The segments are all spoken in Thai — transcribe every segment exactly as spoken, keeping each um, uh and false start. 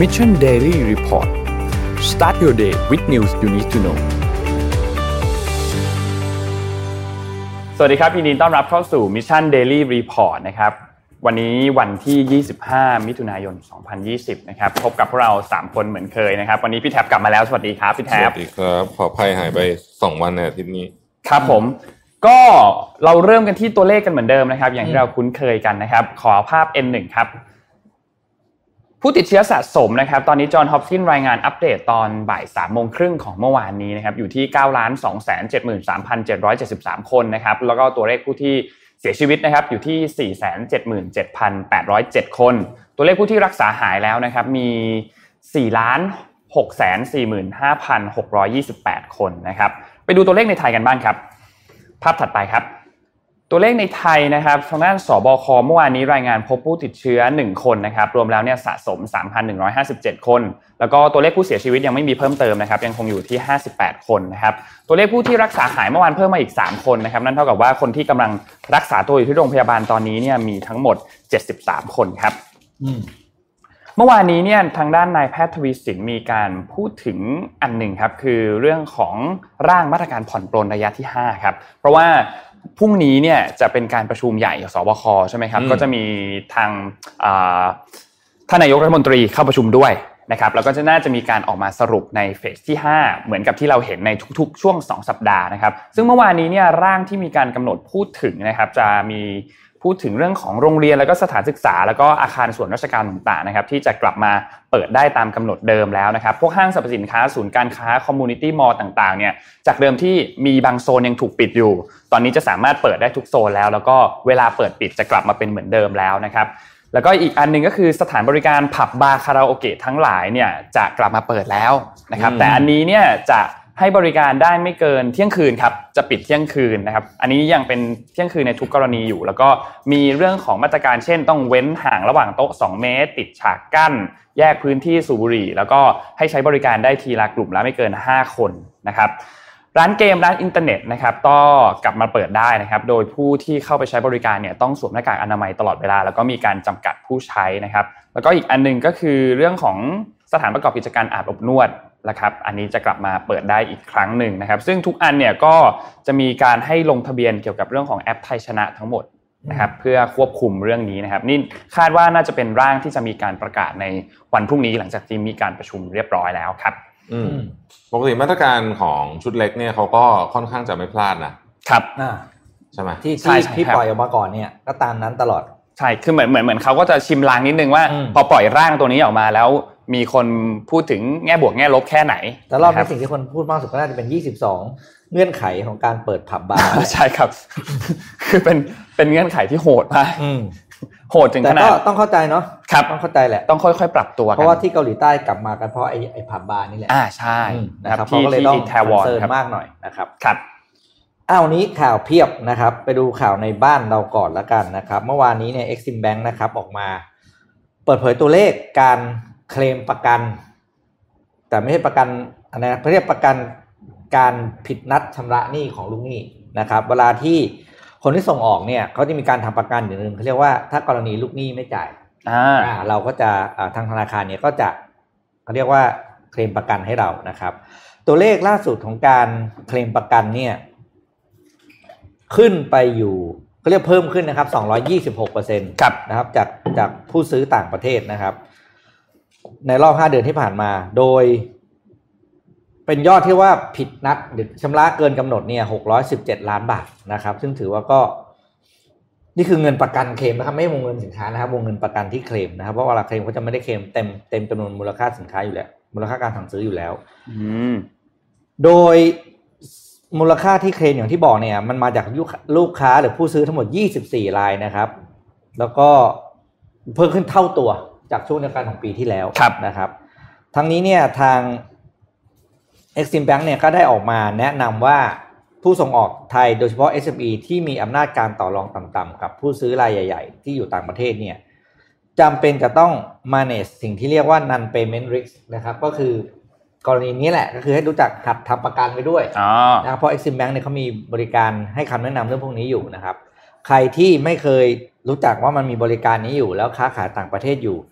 Mission Daily Report Start your day with news you need to know สวัสดีครับยินดีต้อนรับเข้าสู่ Mission Daily Report นะครับวันนี้วันที่ยี่สิบห้ามิถุนายนสองพันยี่สิบนะครับพบกับพวกเราสามคนเหมือนเคยนะครับวันนี้พี่แท็บกลับมาแล้วสวัสดีครับพี่แท็บสวัสดีครับขออภัยหายไปสองวันในอาทิตย์นี้ครับผมก็เราเริ่มกันที่ตัวเลขกันเหมือนเดิมนะครับอย่างที่เราคุ้นเคยกันนะครับขอภาพ เอ็น หนึ่ง ครับผู้ติดเชื้อสะสมนะครับตอนนี้จอห์นฮอปกินส์รายงานอัปเดตตอนบ่าย สามโมงครึ่งของเมื่อวานนี้นะครับอยู่ที่ เก้าล้านสองแสนเจ็ดหมื่นสามพันเจ็ดร้อยเจ็ดสิบสาม คนนะครับแล้วก็ตัวเลขผู้ที่เสียชีวิตนะครับอยู่ที่ สี่แสนเจ็ดหมื่นเจ็ดพันแปดร้อยเจ็ด คนตัวเลขผู้ที่รักษาหายแล้วนะครับมี สี่ล้านหกแสนสี่หมื่นห้าพันหกร้อยยี่สิบแปด คนนะครับไปดูตัวเลขในไทยกันบ้างครับภาพถัดไปครับตัวเลขในไทยนะครับทางด้านสบคเมื่อวานนี้รายงานพบผู้ติดเชื้อหนึ่งคนนะครับรวมแล้วเนี่ยสะสม สามพันหนึ่งร้อยห้าสิบเจ็ด คนแล้วก็ตัวเลขผู้เสียชีวิตยังไม่มีเพิ่มเติมนะครับยังคงอยู่ที่ห้าสิบแปดคนนะครับตัวเลขผู้ที่รักษาหายเมื่อวานเพิ่มมาอีกสามคนนะครับนั่นเท่ากับว่าคนที่กำลังรักษาตัวอยู่ที่โรงพยาบาลตอนนี้เนี่ยมีทั้งหมดเจ็ดสิบสามคนครับเมื่อวานนี้เนี่ยทางด้านนายแพทย์ทวีสินมีการพูดถึงอันหนึ่งครับคือเรื่องของร่างมาตรการผ่อนปรนระยะที่ห้าครับเพราะว่าพรุ่งนี้เนี่ยจะเป็นการประชุมใหญ่ของสบคใช่ไหมครับก็จะมีทางท่านนายกรัฐมนตรีเข้าประชุมด้วยนะครับแล้วก็จะน่าจะมีการออกมาสรุปในเฟสที่ห้าเหมือนกับที่เราเห็นในทุกๆช่วงสองสัปดาห์นะครับซึ่งเมื่อวานนี้เนี่ยร่างที่มีการกำหนดพูดถึงนะครับจะมีพูดถึงเรื่องของโรงเรียนแล้วก็สถานศึกษาแล้วก็อาคารส่วนราชการต่างๆนะครับที่จะกลับมาเปิดได้ตามกำหนดเดิมแล้วนะครับพวกห้างสรรพสินค้าศูนย์การค้าคอมมูนิตี้มอลล์ต่างๆเนี่ยจากเดิมที่มีบางโซนยังถูกปิดอยู่ตอนนี้จะสามารถเปิดได้ทุกโซนแล้วแล้วก็เวลาเปิดปิดจะกลับมาเป็นเหมือนเดิมแล้วนะครับแล้วก็อีกอันนึงก็คือสถานบริการผับบาร์คาราโอเกะทั้งหลายเนี่ยจะกลับมาเปิดแล้วนะครับแต่อันนี้เนี่ยจะให้บริการได้ไม่เกินเที่ยงคืนครับจะปิดเที่ยงคืนนะครับอันนี้ยังเป็นเที่ยงคืนในทุกกรณีอยู่แล้วก็มีเรื่องของมาตรการเช่นต้องเว้นห่างระหว่างโต๊ะสองเมตรติดฉากกั้นแยกพื้นที่สูบบุหรี่แล้วก็ให้ใช้บริการได้ทีละกลุ่มละไม่เกินห้าคนนะครับร้านเกมร้านอินเทอร์เน็ตนะครับก็กลับมาเปิดได้นะครับโดยผู้ที่เข้าไปใช้บริการเนี่ยต้องสวมหน้ากากอนามัยตลอดเวลาแล้วก็มีการจำกัดผู้ใช้นะครับแล้วก็อีกอันนึงก็คือเรื่องของสถานประกอบกิจการอาบอบนวดนะครับอันนี้จะกลับมาเปิดได้อีกครั้งหนึ่งนะครับซึ่งทุกอันเนี่ยก็จะมีการให้ลงทะเบียนเกี่ยวกับเรื่องของแอปไทยชนะทั้งหมดนะครับเพื่อควบคุมเรื่องนี้นะครับนี่คาดว่าน่าจะเป็นร่างที่จะมีการประกาศในวันพรุ่งนี้หลังจากที่มีการประชุมเรียบร้อยแล้วครับอืมปกติมาตรการของชุดเล็กเนี่ยเขาก็ค่อนข้างจะไม่พลาดนะครับอ่าใช่ไหมที่ที่ที่ปล่อยออกมาก่อนเนี่ยก็ตามนั้นตลอดใช่คือเหมือนเหมือนเหมือนเขาก็จะชิมลางนิดนึงว่าพอปล่อยร่างตัวนี้ออกมาแล้วมีคนพูดถึงแง่บวกแง่ลบแค่ไหนแต่รอบนี้สิ่งที่คนพูดมากสุดก็น่าจะเป็นยี่สิบสองเงื่อนไขของการเปิดผับบาร์ใช่ครับคือเป็นเป็นเงื่อนไขที่โหดมากโหดถึงขนาดแต่ก็ต้องเข้าใจเนาะต้องเข้าใจแหละต้องค่อยๆปรับตัวกันเพราะว่าที่เกาหลีใต้กลับมากันเพราะไอ้ไอ้ผับบาร์นี่แหละอ่าใช่นะครับเขาก็เลยต้องคอนเซิร์นมากหน่อยนะครับครับอ้าวนี้ข่าวเพียบนะครับไปดูข่าวในบ้านเราก่อนละกันนะครับเมื่อวานนี้เนี่ย Exim Bank นะครับออกมาเปิดเผยตัวเลขการเคลมประกันแต่ไม่ใช่ประกันอะไรนะเรียกประกันการผิดนัดชำระหนี้ของลูกหนี้นะครับเวลาที่คนที่ส่งออกเนี่ยเขาจะมีการทำประกันอย่างนึงเขาเรียกว่าถ้ากรณีลูกหนี้ไม่จ่ายอ่าเราก็จะทางธนาคารเนี่ยก็จะเขาเรียกว่าเคลมประกันให้เรานะครับตัวเลขล่าสุดของการเคลมประกันเนี่ยขึ้นไปอยู่เขาเรียกเพิ่มขึ้นนะครับ สองร้อยยี่สิบหกเปอร์เซ็นต์ครับนะครับจากจากผู้ซื้อต่างประเทศนะครับในรอบห้าเดือนที่ผ่านมาโดยเป็นยอดที่ว่าผิดนัดหรือชำระเกินกำหนดเนี่ยหกร้อยสิบเจ็ดล้านบาทนะครับซึ่งถือว่าก็นี่คือเงินประกันเคลมนะครับไม่ใช่วงเงินสินค้านะครับวงเงินประกันที่เคลมนะครับเพราะว่าเวลาเคลมเขาจะไม่ได้เคลมเต็มเต็มจำนวนมูลค่าสินค้าอยู่แล้วมูลค่าการสั่งซื้ออยู่แล้วโดยมูลค่าที่เคลมอย่างที่บอกเนี่ยมันมาจากลูกค้าหรือผู้ซื้อทั้งหมดยี่สิบสี่รายนะครับแล้วก็เพิ่มขึ้นเท่าตัวจากช่วงเดียวกันของปีที่แล้วนะครับทั้งนี้เนี่ยทาง Exim Bank เนี่ยก็ได้ออกมาแนะนำว่าผู้ส่งออกไทยโดยเฉพาะ เอส เอ็ม อี ที่มีอำนาจการต่อรองต่ำๆกับผู้ซื้อรายใหญ่ๆที่อยู่ต่างประเทศเนี่ยจำเป็นจะต้อง manage สิ่งที่เรียกว่า non payment risk นะครับก็คือกรณีนี้แหละก็คือให้รู้จักหัดทำประกันไปด้วยนะเพราะ Exim Bank เนี่ยเขามีบริการให้คำแนะนำเรื่องพวกนี้อยู่นะครับใครที่ไม่เคยรู้จักว่ามันมีบริการนี้อยู่แล้วค้าขายต่างประเทศอยู่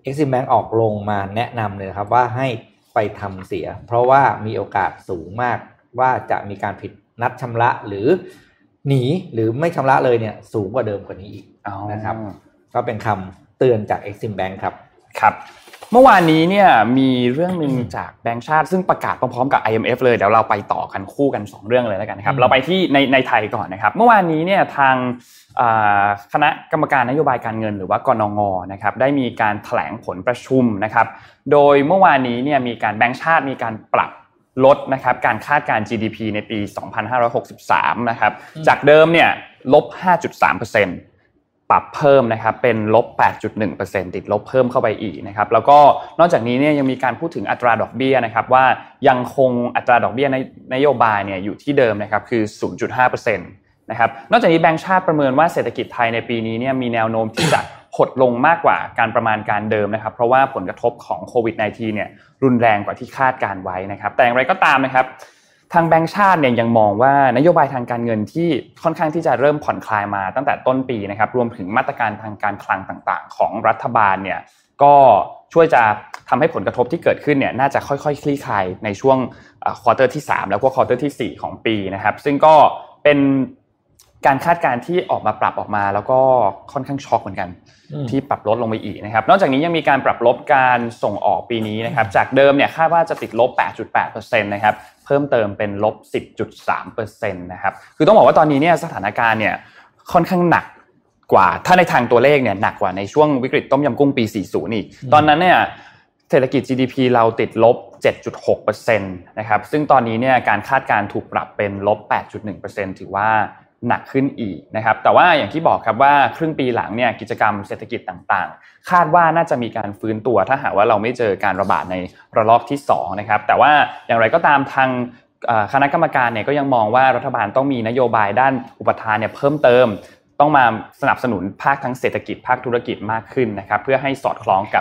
Exim Bank ออกลงมาแนะนำเลยครับว่าให้ไปทำเสียเพราะว่ามีโอกาสสูงมากว่าจะมีการผิดนัดชำระหรือหนีหรือไม่ชำระเลยเนี่ยสูงกว่าเดิมกว่านี้อีกนะครับก็เป็นคำเตือนจาก Exim Bank ครับครับเมื่อวานนี้เนี่ยมีเรื่องนึงจากแบงก์ชาติซึ่งประกาศพร้อมๆกับ ไอ เอ็ม เอฟ เลยเดี๋ยวเราไปต่อกันคู่กันสองเรื่องเลยแล้วกันนะครับเราไปที่ในในไทยก่อนนะครับเมื่อวานนี้เนี่ยทางคณะกรรมการนโยบายการเงินหรือว่ากนง.นะครับได้มีการแถลงผลประชุมนะครับโดยเมื่อวานนี้เนี่ยมีการแบงก์ชาติมีการปรับลดนะครับการคาดการณ์ จี ดี พี ในปีสองพันห้าร้อยหกสิบสามนะครับจากเดิมเนี่ยลบ ห้าจุดสามเปอร์เซ็นต์ ปรับเพิ่มนะครับเป็นลบ แปดจุดหนึ่งเปอร์เซ็นต์ ติดลบเพิ่มเข้าไปอีกนะครับแล้วก็นอกจากนี้เนี่ยยังมีการพูดถึงอัตราดอกเบี้ยนะครับว่ายังคงอัตราดอกเบี้ยในนโยบายเนี่ยอยู่ที่เดิมนะครับคือ ศูนย์จุดห้าเปอร์เซ็นต์ นะครับนอกจากนี้แบงก์ชาติประเมินว่าเศรษฐกิจไทยในปีนี้เนี่ยมีแนวโน้มที่จะหดลงมากกว่าการประมาณการเดิมนะครับเพราะว่าผลกระทบของโควิด สิบเก้า เนี่ยรุนแรงกว่าที่คาดการไว้นะครับแต่อย่างไรก็ตามนะครับทางแบงก์ชาติเนี่ยยังมองว่านโยบายทางการเงินที่ค่อนข้างที่จะเริ่มผ่อนคลายมาตั้งแต่ต้นปีนะครับรวมถึงมาตรการทางการคลังต่างๆของรัฐบาลเนี่ยก็ช่วยจะทำให้ผลกระทบที่เกิดขึ้นเนี่ยน่าจะค่อยๆคลี่คลายในช่วงควอเตอร์ที่สามแล้วก็ควอเตอร์ที่สี่ของปีนะครับซึ่งก็เป็นการคาดการณ์ที่ออกมาปรับออกมาแล้วก็ค่อนข้างช็อกเหมือนกันที่ปรับลดลงไปอีกนะครับนอกจากนี้ยังมีการปรับลดการส่งออกปีนี้นะครับจากเดิมเนี่ยคาดว่าจะติดลบ แปดจุดแปดเปอร์เซ็นต์ นะครับเพิ่มเติมเป็นลบ สิบจุดสามเปอร์เซ็นต์ นะครับคือต้องบอกว่าตอนนี้เนี่ยสถานการณ์เนี่ยค่อนข้างหนักกว่าถ้าในทางตัวเลขเนี่ยหนักกว่าในช่วงวิกฤตต้มยำกุ้งปีสี่สิบอีกตอนนั้นเนี่ยเศรษฐกิจ จี ดี พี เราติดลบ เจ็ดจุดหกเปอร์เซ็นต์ นะครับซึ่งตอนนี้เนี่ยการคาดการณ์ถูกปรับเป็นลบ แปดจุดหนึ่งเปอร์เซ็นต์ ถือว่าหนักขึ้นอีกนะครับแต่ว่าอย่างที่บอกครับว่าครึ่งปีหลังเนี่ยกิจกรรมเศรษฐกิจต่างๆคาดว่าน่าจะมีการฟื้นตัวถ้าหากว่าเราไม่เจอการระบาดในระลอกที่สองนะครับแต่ว่าอย่างไรก็ตามทางคณะกรรมการเนี่ยก็ยังมองว่ารัฐบาลต้องมีนโยบายด้านอุปทานเนี่ยเพิ่มเติมต้องมาสนับสนุนภาคทั้งเศรษฐกิจภาคธุรกิจมากขึ้นนะครับเพื่อให้สอดคล้องกับ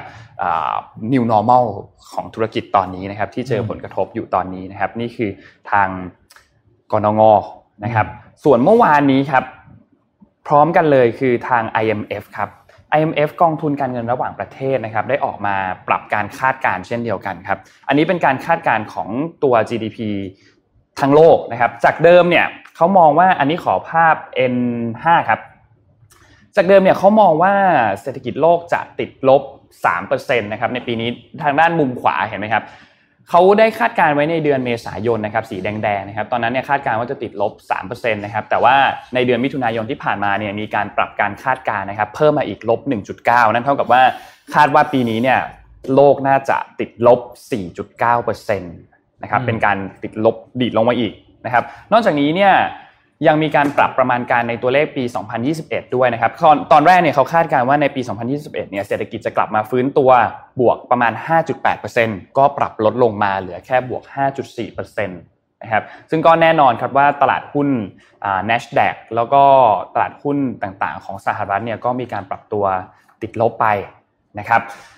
new normal ของธุรกิจตอนนี้นะครับที่เจอผลกระทบอยู่ตอนนี้นะครับนี่คือทางกนง.นะครับส่วนเมื่อวานนี้ครับพร้อมกันเลยคือทาง ไอ เอ็ม เอฟ ครับ ไอ เอ็ม เอฟ กองทุนการเงินระหว่างประเทศนะครับได้ออกมาปรับการคาดการณ์เช่นเดียวกันครับอันนี้เป็นการคาดการณ์ของตัว จี ดี พี ทั้งโลกนะครับจากเดิมเนี่ยเขามองว่าอันนี้ขอภาพ เอ็น ห้า ครับจากเดิมเนี่ยเขามองว่าเศรษฐกิจโลกจะติดลบ สามเปอร์เซ็นต์ นะครับในปีนี้ทางด้านมุมขวาเห็นไหมครับเขาได้คาดการณ์ไว้ในเดือนเมษายนนะครับสีแดงๆนะครับตอนนั้นเนี่ยคาดการณ์ว่าจะติดลบ สามเปอร์เซ็นต์ นะครับแต่ว่าในเดือนมิถุนายนที่ผ่านมาเนี่ยมีการปรับการคาดการณ์นะครับเพิ่มมาอีกลบ หนึ่งจุดเก้า นั่นเท่ากับว่าคาดว่าปีนี้เนี่ยโลกน่าจะติดลบ สี่จุดเก้าเปอร์เซ็นต์ นะครับเป็นการติดลบดีดลงมาอีกนะครับนอกจากนี้เนี่ยยังมีการปรับประมาณการในตัวเลขปีสองพันยี่สิบเอ็ดด้วยนะครับตอนแรกเนี่ยเขาคาดการณ์ว่าในปีสองพันยี่สิบเอ็ดเนี่ยเศรษฐกิจจะกลับมาฟื้นตัวบวกประมาณ ห้าจุดแปดเปอร์เซ็นต์ ก็ปรับลดลงมาเหลือแค่บวก ห้าจุดสี่เปอร์เซ็นต์ นะครับซึ่งก็แน่นอนครับว่าตลาดหุ้นอ่า NASDAQ แล้วก็ตลาดหุ้นต่างๆของสหรัฐเนี่ยก็มีการปรับตัวติดลบไปนะครับ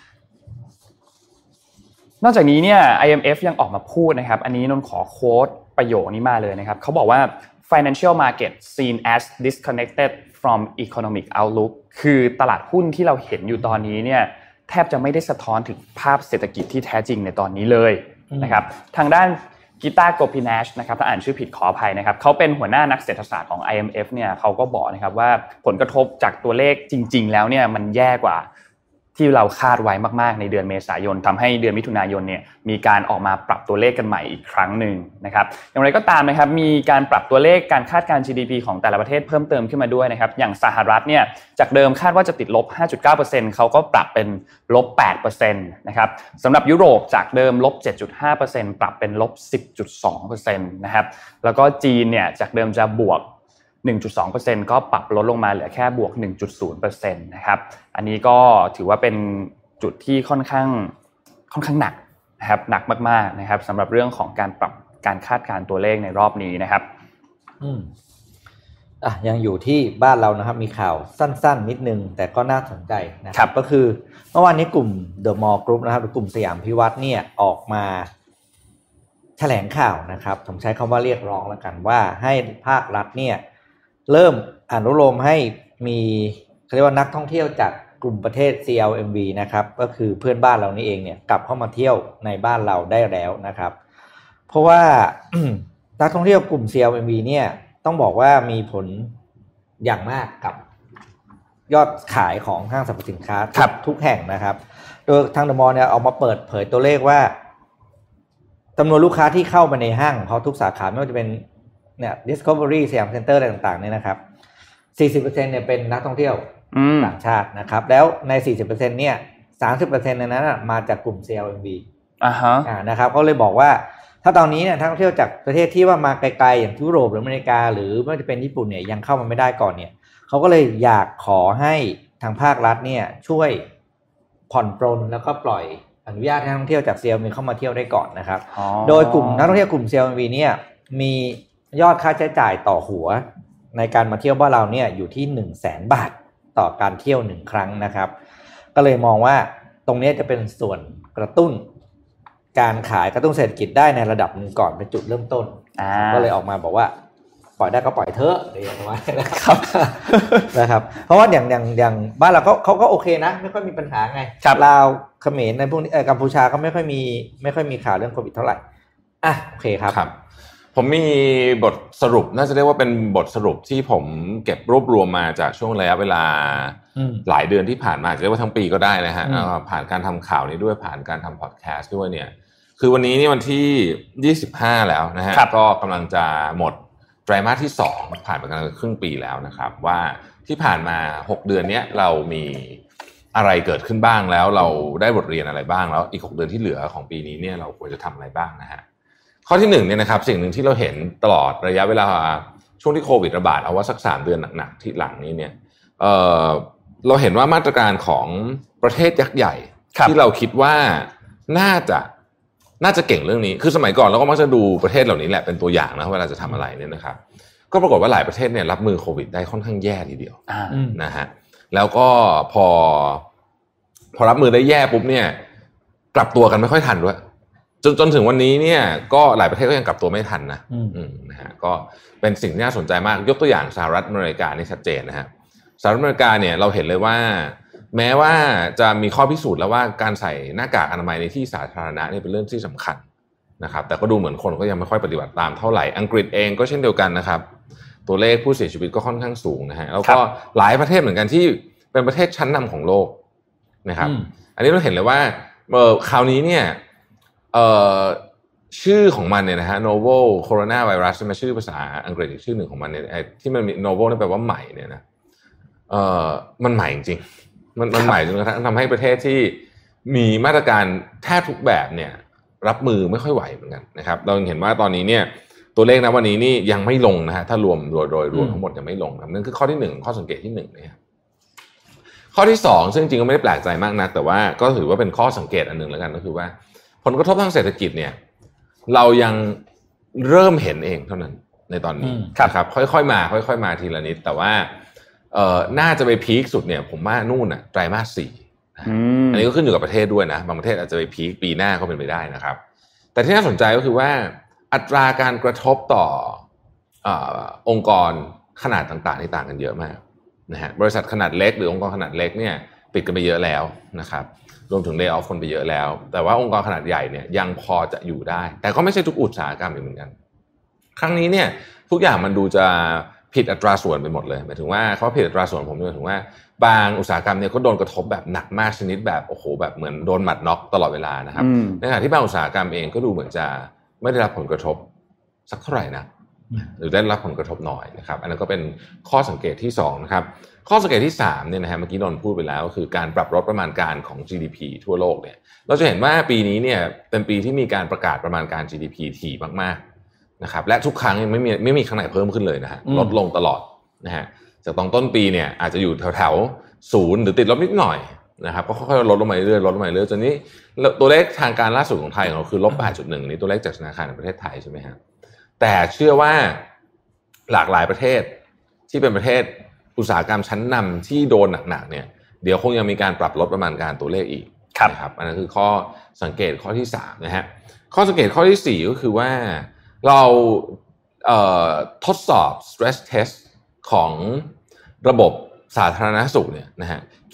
นอกจากนี้เนี่ย ไอ เอ็ม เอฟ ยังออกมาพูดนะครับอันนี้นนขอโค้ดประโยคนี้มาเลยนะครับเขาบอกว่าfinancial market seen as disconnected from economic outlook คือตลาดหุ้นที่เราเห็นอยู่ตอนนี้เนี่ยแทบจะไม่ได้สะท้อนถึงภาพเศรษฐกิจที่แท้จริงในตอนนี้เลยนะครับทางด้านกีตาร์โกพินัชนะครับถ้าอ่านชื่อผิดขออภัยนะครับเขาเป็นหัวหน้านักเศรษฐศาสตร์ของ ไอ เอ็ม เอฟ เนี่ยเขาก็บอกนะครับว่าผลกระทบจากตัวเลขจริงๆแล้วเนี่ยมันแย่กว่าที่เราคาดไว้มากๆในเดือนเมษายนทำให้เดือนมิถุนายนเนี่ยมีการออกมาปรับตัวเลขกันใหม่อีกครั้งหนึ่งนะครับอย่างไรก็ตามนะครับมีการปรับตัวเลขการคาดการณ์ จี ดี พี ของแต่ละประเทศเพิ่มเติมขึ้นมาด้วยนะครับอย่างสหรัฐเนี่ยจากเดิมคาดว่าจะติดลบ ห้าจุดเก้าเปอร์เซ็นต์ เขาก็ปรับเป็นลบ แปดเปอร์เซ็นต์ นะครับสำหรับยุโรปจากเดิมลบ เจ็ดจุดห้าเปอร์เซ็นต์ ปรับเป็นลบ สิบจุดสองเปอร์เซ็นต์ นะครับแล้วก็จีนเนี่ยจากเดิมจะบวกหนึ่งจุดสองเปอร์เซ็นต์ ก็ปรับลดลงมาเหลือแค่บวก หนึ่งจุดศูนย์เปอร์เซ็นต์ นะครับอันนี้ก็ถือว่าเป็นจุดที่ค่อนข้างค่อนข้างหนักนะครับหนักมากๆนะครับสำหรับเรื่องของการปรับการคาดการณ์ตัวเลขในรอบนี้นะครับอืมอ่ะยังอยู่ที่บ้านเรานะครับมีข่าวสั้นๆนิดนึงแต่ก็น่าสนใจนะครับก็คือเมื่อวานนี้กลุ่ม The Mall Group นะครับหรือกลุ่มสยามพิวัฒน์เนี่ยออกมาแถลงข่าวนะครับผมใช้คำว่าเรียกร้องแล้วกันว่าให้ภาครัฐเนี่ยเริ่มอนุโลมให้มีเขาเรียกว่านักท่องเที่ยวจากกลุ่มประเทศ ซี แอล เอ็ม วี นะครับก็คือเพื่อนบ้านเรานี่เองเนี่ยกลับเข้ามาเที่ยวในบ้านเราได้แล้วนะครับเพราะว่า นักท่องเที่ยวกลุ่ม ซี แอล เอ็ม วี เนี่ยต้องบอกว่ามีผลอย่างมากกับยอดขายของห้างสรรพสินค้าทุกแห่งนะครับโดยทางเดอะมอลล์เนี่ยเอามาเปิดเผยตัวเลขว่าจำนวนลูกค้าที่เข้ามาในห้างของเขาทุกสาขาไม่ว่าจะเป็นเนี่ย Discovery สยามเซ็นเตอร์อะไรต่างๆเนี่ยนะครับ สี่สิบเปอร์เซ็นต์ เนี่ยเป็นนักท่องเที่ยวต่างชาตินะครับแล้วใน สี่สิบเปอร์เซ็นต์ เนี่ย สามสิบเปอร์เซ็นต์ ในนั้นมาจากกลุ่ม ซี แอล เอ็ม วีอ่าฮะอ่านะครับเขาเลยบอกว่าถ้าตอนนี้เนี่ยนักท่องเที่ยวจากประเทศที่ว่ามาไกลๆอย่างยุโรปหรืออเมริกาหรือไม่ว่าจะเป็นญี่ปุ่นเนี่ยยังเข้ามาไม่ได้ก่อนเนี่ยเขาก็เลยอยากขอให้ทางภาครัฐเนี่ยช่วยผ่อนปรนแล้วก็ปล่อยอนุญาตให้นักท่องเที่ยวจาก ซี แอล เอ็ม วี เข้ามาเที่ยวได้ก่อนนะครับโดยกลุ่มนักท่องเที่ยวกลุ่ม ซี แอล เอ็ม วี เนี่ยมียอดค่าใช้จ่ายต่อหัวในการมาเที่ยวบ้านเราเนี่ยอยู่ที่ หนึ่งแสน บาทต่อการเที่ยวหนึ่งครั้งนะครับก็เลยมองว่าตรงนี้จะเป็นส่วนกระตุ้นการขายกระตุ้นเศรษฐกิจได้ในระดับหนึ่งก่อนเป็นจุดเริ่มต้นก็เลยออกมาบอกว่าปล่อยได้ก็ปล่อยเถอะอะไรอย่างเงี้ยนะครับนะครับเพราะว่าอย่างอย่างอย่างบ้านเราก็เขาก็โอเคนะไม่ค่อยมีปัญหาไงลาวเขมรในพวกนี้กัมพูชาก็ไม่ค่อยมีไม่ค่อยมีข่าวเรื่องโควิดเท่าไหร่อ่ะโอเคครับครับผมมีบทสรุปน่าจะเรียกว่าเป็นบทสรุปที่ผมเก็บรวบรวมมาจากช่วงระยะเวลาหลายเดือนที่ผ่านมาจะเรียกว่าทั้งปีก็ได้นะฮะผ่านการทำข่าวนี้ด้วยผ่านการทำพอดแคสต์ด้วยเนี่ยคือวันนี้นี่วันที่ยี่สิบห้าแล้วนะฮะก็กำลังจะหมดไตรมาสที่สองผ่านไปกันครึ่งปีแล้วนะครับว่าที่ผ่านมาหกเดือนนี้เรามีอะไรเกิดขึ้นบ้างแล้วเราได้บทเรียนอะไรบ้างแล้วอีกหกเดือนที่เหลือของปีนี้เนี่ยเราควรจะทำอะไรบ้างนะฮะข้อที่หนึ่งเนี่ยนะครับสิ่งหนึ่งที่เราเห็นตลอดระยะเวลาช่วงที่โควิดระบาดเอาว่าสักสามเดือนหนักๆที่หลังนี้เนี่ย เอ่อเราเห็นว่ามาตรการของประเทศยักษ์ใหญ่ที่เราคิดว่าน่าจะน่าจะเก่งเรื่องนี้คือสมัยก่อนเราก็มักจะดูประเทศเหล่านี้แหละเป็นตัวอย่างนะเวลาจะทำอะไรเนี่ยนะครับก็ปรากฏว่าหลายประเทศเนี่ยรับมือโควิดได้ค่อนข้างแย่ทีเดียวนะฮะแล้วก็พอพอรับมือได้แย่ปุ๊บเนี่ยกลับตัวกันไม่ค่อยทันด้วยจนจนถึงวันนี้เนี่ยก็หลายประเทศก็ยังกลับตัวไม่ทันนะนะฮะก็เป็นสิ่งที่น่าสนใจมากยกตัวอย่างสหรัฐอเมริกานี่ชัดเจนนะฮะสหรัฐอเมริกาเนี่ยเราเห็นเลยว่าแม้ว่าจะมีข้อพิสูจน์แล้วว่าการใส่หน้ากากอนามัยในที่สาธารณะนี่เป็นเรื่องที่สำคัญนะครับแต่ก็ดูเหมือนคนก็ยังไม่ค่อยปฏิบัติตามเท่าไหร่อังกฤษเองก็เช่นเดียวกันนะครับตัวเลขผู้เสียชีวิตก็ค่อนข้างสูงนะฮะแล้วก็หลายประเทศเหมือนกันที่เป็นประเทศชั้นนำของโลกนะครับอันนี้เราเห็นเลยว่าเอ่อคราวนี้เนี่ยเอ่อชื่อของมันเนี่ยนะฮะ novel coronavirus ใช่ไหมชื่อภาษาอังกฤษอีกชื่อหนึ่งของมันเนี่ยที่มันมี novel นี่แปลว่าใหม่เนี่ยนะเอ่อมันใหม่จริงๆมันมันใหม่จนกระทั่งทำให้ประเทศที่มีมาตรการแทบทุกแบบเนี่ยรับมือไม่ค่อยไหวเหมือนกันนะครับเราเห็นว่าตอนนี้เนี่ยตัวเลขนะวันนี้นี่ยังไม่ลงนะฮะถ้ารวมโดยโดยรวมทั้งหมดยังไม่ลงนั่นคือข้อที่หนึ่งข้อสังเกตที่หนึ่งนะครับข้อที่สองซึ่งจริงก็ไม่ได้แปลกใจมากนะแต่ว่าก็ถือว่าเป็นข้อสังเกตอันนึงแล้วกันก็คือว่าผลกระทบทางเศรษฐกิจเนี่ยเรายังเริ่มเห็นเองเท่านั้นในตอนนี้ครับค่อยๆมาค่อยๆมาทีละนิดแต่ว่าเอ่อน่าจะไปพีคสุดเนี่ยผมว่านู่นน่ะไตรมาสสี่อันนี้ก็ขึ้นอยู่กับประเทศด้วยนะบางประเทศอาจจะไปพีคปีหน้าก็เป็นไปได้นะครับแต่ที่น่าสนใจก็คือว่าอัตราการกระทบต่อเอ่อองค์กรขนาดต่างๆนี่ต่างกันเยอะมากนะฮะบริษัทขนาดเล็กหรือองค์กรขนาดเล็กเนี่ยปิดกันไปเยอะแล้วนะครับรวมถึงเลย์ออฟคนไปเยอะแล้วแต่ว่าองค์กรขนาดใหญ่เนี่ยยังพอจะอยู่ได้แต่ก็ไม่ใช่ทุกอุตสาหกรรมเหมือนกันครั้งนี้เนี่ยทุกอย่างมันดูจะผิดอัตราส่วนไปหมดเลยหมายถึงว่าเขาผิดอัตราส่วนผมหมายถึงว่าบางอุตสาหกรรมเนี่ยก็โดนกระทบแบบหนักมากชนิดแบบโอ้โหแบบเหมือนโดนหมัดน็อกตลอดเวลานะครับในขณะที่บางอุตสาหกรรมเองก็ดูเหมือนจะไม่ได้รับผลกระทบสักเท่าไหร่นะหรือได้รับผลกระทบน้อยนะครับอันนั้นก็เป็นข้อสังเกตที่สองนะครับข้อสังเกตที่สามเนี่ยนะฮะเมื่อกี้นนท์พูดไปแล้วก็คือการปรับลดประมาณการของ จี ดี พี ทั่วโลกเนี่ยเราจะเห็นว่าปีนี้เนี่ยเป็นปีที่มีการประกาศประมาณการ จี ดี พี ถี่มากๆนะครับและทุกครั้งไม่มีไม่มีครั้งไหนเพิ่มขึ้นเลยนะฮะลดลงตลอดนะฮะจากตอนต้นปีเนี่ยอาจจะอยู่แถวๆศูนย์หรือติดลบนิดหน่อยนะครับก็ค่อยๆลดลงมาเรื่อยๆลดลงมาเรื่อยๆจนนี้ตัวเลขทางการล่าสุดของไทยของเราคือลบ แปดจุดหนึ่ง นี่ตัวเลขจากธนาคารแห่งประเทศไทยใช่ไหมฮะแต่เชื่อว่าหลากหลายประเทศที่เป็นประเทศอุตสาหกรรมชั้นนำที่โดนหนักๆเนี่ยเดี๋ยวคงยังมีการปรับลดประมาณการตัวเลขอีกนะครับอันนั้นคือข้อสังเกตข้อที่สามนะฮะข้อสังเกตข้อที่สี่ก็คือว่าเราเอ่อทดสอบ stress test ของระบบสาธารณสุขเนี่ยนะฮะ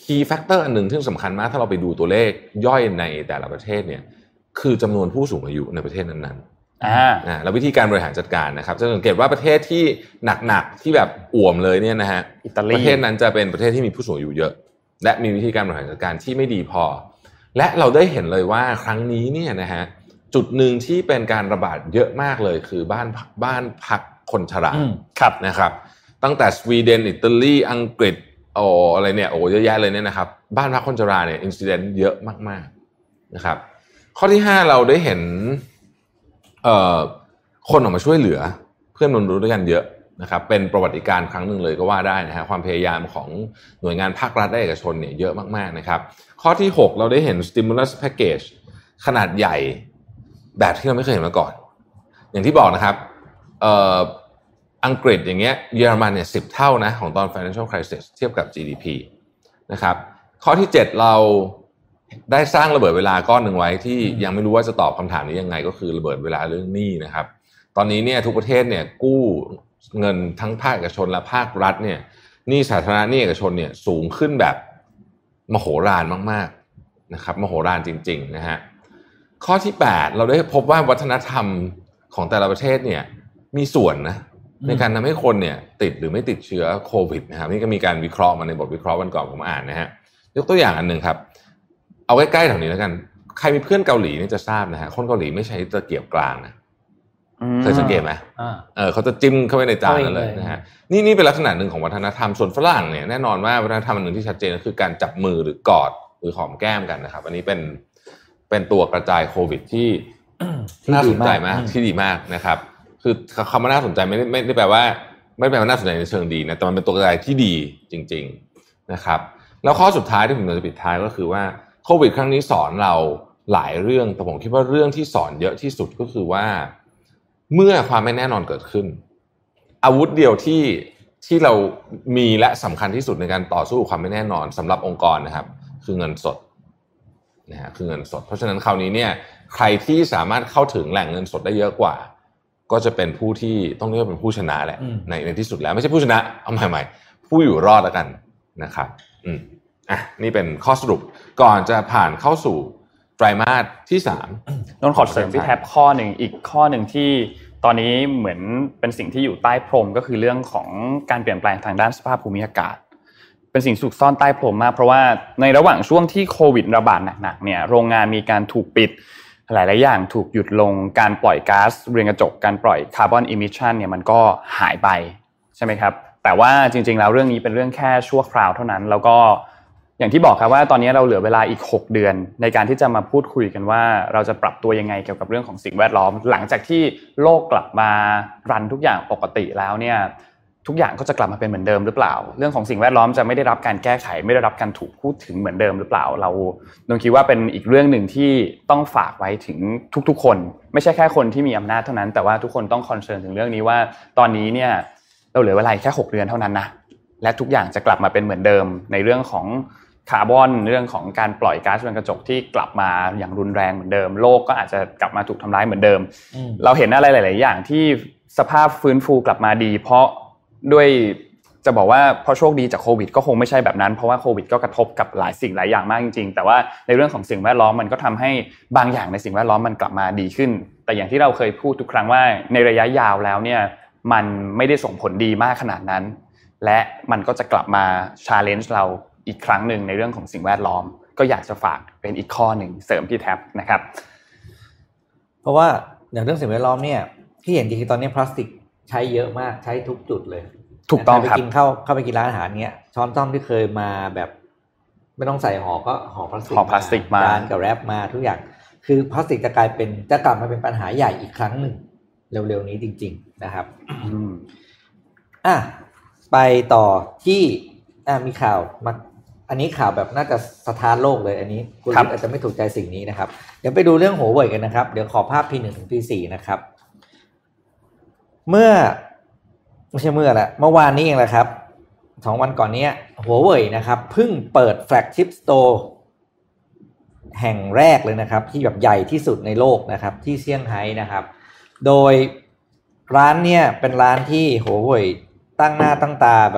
key factor อันหนึ่งที่สำคัญมากถ้าเราไปดูตัวเลขย่อยในแต่ละประเทศเนี่ยคือจำนวนผู้สูงอายุในประเทศนั้นๆอ่าอ่าแล้ววิธีการบริหารจัดการนะครับจะสังเกตว่าประเทศที่หนักๆที่แบบอ่วมเลยเนี่ยนะฮะอิตาลีประเทศนั้นจะเป็นประเทศที่มีผู้สูงอายุเยอะและมีวิธีการบริหารจัดการที่ไม่ดีพอและเราได้เห็นเลยว่าครั้งนี้เนี่ยนะฮะจุดหนึ่งที่เป็นการระบาดเยอะมากเลยคือบ้านบ้านพักคนชราครับนะครับตั้งแต่สวีเดนอิตาลีอังกฤษโอ้อะไรเนี่ยโอ้เยอะแยะเลยเนี่ยนะครับบ้านพักคนชราเนี่ยอินซิเดนต์เยอะมากๆนะครับข้อที่ห้าเราได้เห็นเอ่อคนออกมาช่วยเหลือเพื่อนมนุษย์ด้วยกันเยอะนะครับเป็นประวัติการณ์ครั้งหนึ่งเลยก็ว่าได้นะฮะความพยายามของหน่วยงานภาครัฐและเอกชนเนี่ยเยอะมากๆนะครับข้อที่หกเราได้เห็น stimulus package ขนาดใหญ่แบบที่เราไม่เคยเห็นมาก่อนอย่างที่บอกนะครับเอ่ออังกฤษอย่างเงี้ยเยอรมันเนี่ยสิบเท่านะของตอน financial crisis เทียบกับ จี ดี พี นะครับข้อที่เจ็ดเราได้สร้างระเบิดเวลาก้อนหนึ่งไว้ที่ยังไม่รู้ว่าจะตอบคำถามนี้ยังไงก็คือระเบิดเวลาเรื่องหนี้นะครับตอนนี้เนี่ยทุกประเทศเนี่ยกู้เงินทั้งภาคเอกชนและภาครัฐเนี่ยหนี้สาธารณะหนี้เอกชนเนี่ยสูงขึ้นแบบมโหฬารมากๆนะครับมโหฬารจริงๆนะฮะข้อที่แปดเราได้พบว่าวัฒนธรรมของแต่ละประเทศเนี่ยมีส่วนนะในการทำให้คนเนี่ยติดหรือไม่ติดเชื้อโควิดนะครับนี่ก็มีการวิเคราะห์มาในบทวิเคราะห์วันก่อนผมอ่านนะฮะยกตัวอย่างอันนึงครับเอาใกล้ๆแถวนี้แล้วกันใครมีเพื่อนเกาหลีนี่จะทราบนะฮะคนเกาหลีไม่ใช้ตะเกียบกลางนะเคยสังเกตไหมเออเขาจะจิ้มเข้าไปในจานนั่นเลยนะฮะนี่นี่เป็นลักษณะหนึ่งของวัฒนธรรมส่วนฝรั่งเนี่ยแน่นอนว่าวัฒนธรรมอันหนึ่งที่ชัดเจนก็คือการจับมือหรือกอดหรือหอมแก้มกันนะครับอันนี้เป็นเป็นตัวกระจายโควิดที่น่าสนใจมากที่ดีมากนะครับคือคำว่าน่าสนใจไม่ได้ไม่ได้แปลว่าไม่ได้แปลว่าน่าสนใจในเชิงดีนะแต่มันเป็นตัวกระจายที่ดีจริงๆนะครับแล้วข้อสุดท้ายที่ผมจะปิดท้ายก็คือว่าโควิดครั้งนี้สอนเราหลายเรื่องแต่ผมคิดว่าเรื่องที่สอนเยอะที่สุดก็คือว่าเมื่อความไม่แน่นอนเกิดขึ้นอาวุธเดียวที่ที่เรามีและสำคัญที่สุดในการต่อสู้กับความไม่แน่นอนสำหรับองค์กรนะครับคือเงินสดนะฮะคือเงินสดเพราะฉะนั้นคราวนี้เนี่ยใครที่สามารถเข้าถึงแหล่งเงินสดได้เยอะกว่าก็จะเป็นผู้ที่ต้องเรียกว่าเป็นผู้ชนะแหละในในที่สุดแล้วไม่ใช่ผู้ชนะเอาใหม่ๆผู้อยู่รอดแล้วกันนะครับอืมอ่ะนี่เป็นข้อสรุปก่อนจะผ่านเข้าสู่ไตรมาสที่สามนนขอเสริมพี่แท็บข้อหนึ่งอีกข้อหนึ่งที่ตอนนี้เหมือนเป็นสิ่งที่อยู่ใต้พรมก็คือเรื่องของการเปลี่ยนแปลงทางด้านสภาพภูมิอากาศเป็นสิ่งสุกซ่อนใต้พรมมากเพราะว่าในระหว่างช่วงที่โควิดระบาดหนักๆเนี่ยโรงงานมีการถูกปิดหลายๆอย่างถูกหยุดลงการปล่อยก๊าซเรือนกระจกการปล่อยคาร์บอนอิมิชชันเนี่ยมันก็หายไปใช่ไหมครับแต่ว่าจริงๆแล้วเรื่องนี้เป็นเรื่องแค่ชั่วคราวเท่านั้นแล้วก็อย่างที่บอกครับว่าตอนนี้เราเหลือเวลาอีกหกเดือนในการที่จะมาพูดคุยกันว่าเราจะปรับตัวยังไงเกี่ยวกับเรื่องของสิ่งแวดล้อมหลังจากที่โลกกลับมารันทุกอย่างปกติแล้วเนี่ยทุกอย่างก็จะกลับมาเป็นเหมือนเดิมหรือเปล่าเรื่องของสิ่งแวดล้อมจะไม่ได้รับการแก้ไขไม่ได้รับการถูกพูดถึงเหมือนเดิมหรือเปล่าเราโดนคิดว่าเป็นอีกเรื่องหนึ่งที่ต้องฝากไว้ถึงทุกๆคนไม่ใช่แค่คนที่มีอำนาจเท่านั้นแต่ว่าทุกคนต้องคอนเซิร์นถึงเรื่องนี้ว่าตอนนี้เนี่ยเราเหลือเวลาแค่หกเดือนเท่านั้นนะและทุกอย่างจะกลับมาเป็นเหมือนเดิมในเรื่องของคาร์บอนเรื่องของการปล่อยก๊าซเรือนกระจกที่กลับมาอย่างรุนแรงเหมือนเดิมโลกก็อาจจะกลับมาถูกทำร้ายเหมือนเดิมเราเห็นอะไรหลายๆอย่างที่สภาพฟื้นฟูกลับมาดีเพราะด้วยจะบอกว่าเพราะโชคดีจากโควิดก็คงไม่ใช่แบบนั้นเพราะว่าโควิดก็กระทบกับหลายสิ่งหลายอย่างมากจริงๆแต่ว่าในเรื่องของสิ่งแวดล้อมมันก็ทำให้บางอย่างในสิ่งแวดล้อมมันกลับมาดีขึ้นแต่อย่างที่เราเคยพูดทุกครั้งว่าในระยะยาวแล้วเนี่ยมันไม่ได้ส่งผลดีมากขนาดนั้นและมันก็จะกลับมา challenge เราอีกครั้งหนึ่งในเรื่องของสิ่งแวดล้อมก็อยากจะฝากเป็นอีกข้อหนึ่งเสริมพี่แท็บนะครับเพราะว่าอย่างเรื่องสิ่งแวดล้อมเนี่ยที่เห็นจริงๆตอนนี้พลาสติกใช้เยอะมากใช้ทุกจุดเลยถูกต้องครับไปกินข้าวเข้าไปกินร้านอาหารเงี้ยช้อนส้อมที่เคยมาแบบไม่ต้องใส่ห่อก็ห่อพลาสติกห่อพลาสติกมาจานกับแรปมาทุกอย่างคือพลาสติกจะกลายเป็นจะกลับมาเป็นปัญหาใหญ่อีกครั้งหนึ่งเร็วๆนี้จริงๆนะครับอ่ะไปต่อที่อ่ะมีข่าวมาอันนี้ข่าวแบบน่าจะสะท้านโลกเลยอันนี้คุณอาจจะไม่ถูกใจสิ่งนี้นะครับเดี๋ยวไปดูเรื่องหัวเว่ยกันนะครับเดี๋ยวขอภาพ พี หนึ่ง ถึง พี สี่ นะครับเมื่อไม่ใช่เมื่อละเมื่อวานนี้เองแหละครับสองวันก่อนนี้หัวเว่ยนะครับเพิ่งเปิดแฟลกชิพสโตร์แห่งแรกเลยนะครับที่แบบใหญ่ที่สุดในโลกนะครับที่เซี่ยงไฮ้นะครับโดยร้านเนี่ยเป็นร้านที่หัวเว่ยตั้งหน้าตั้งตาแบบ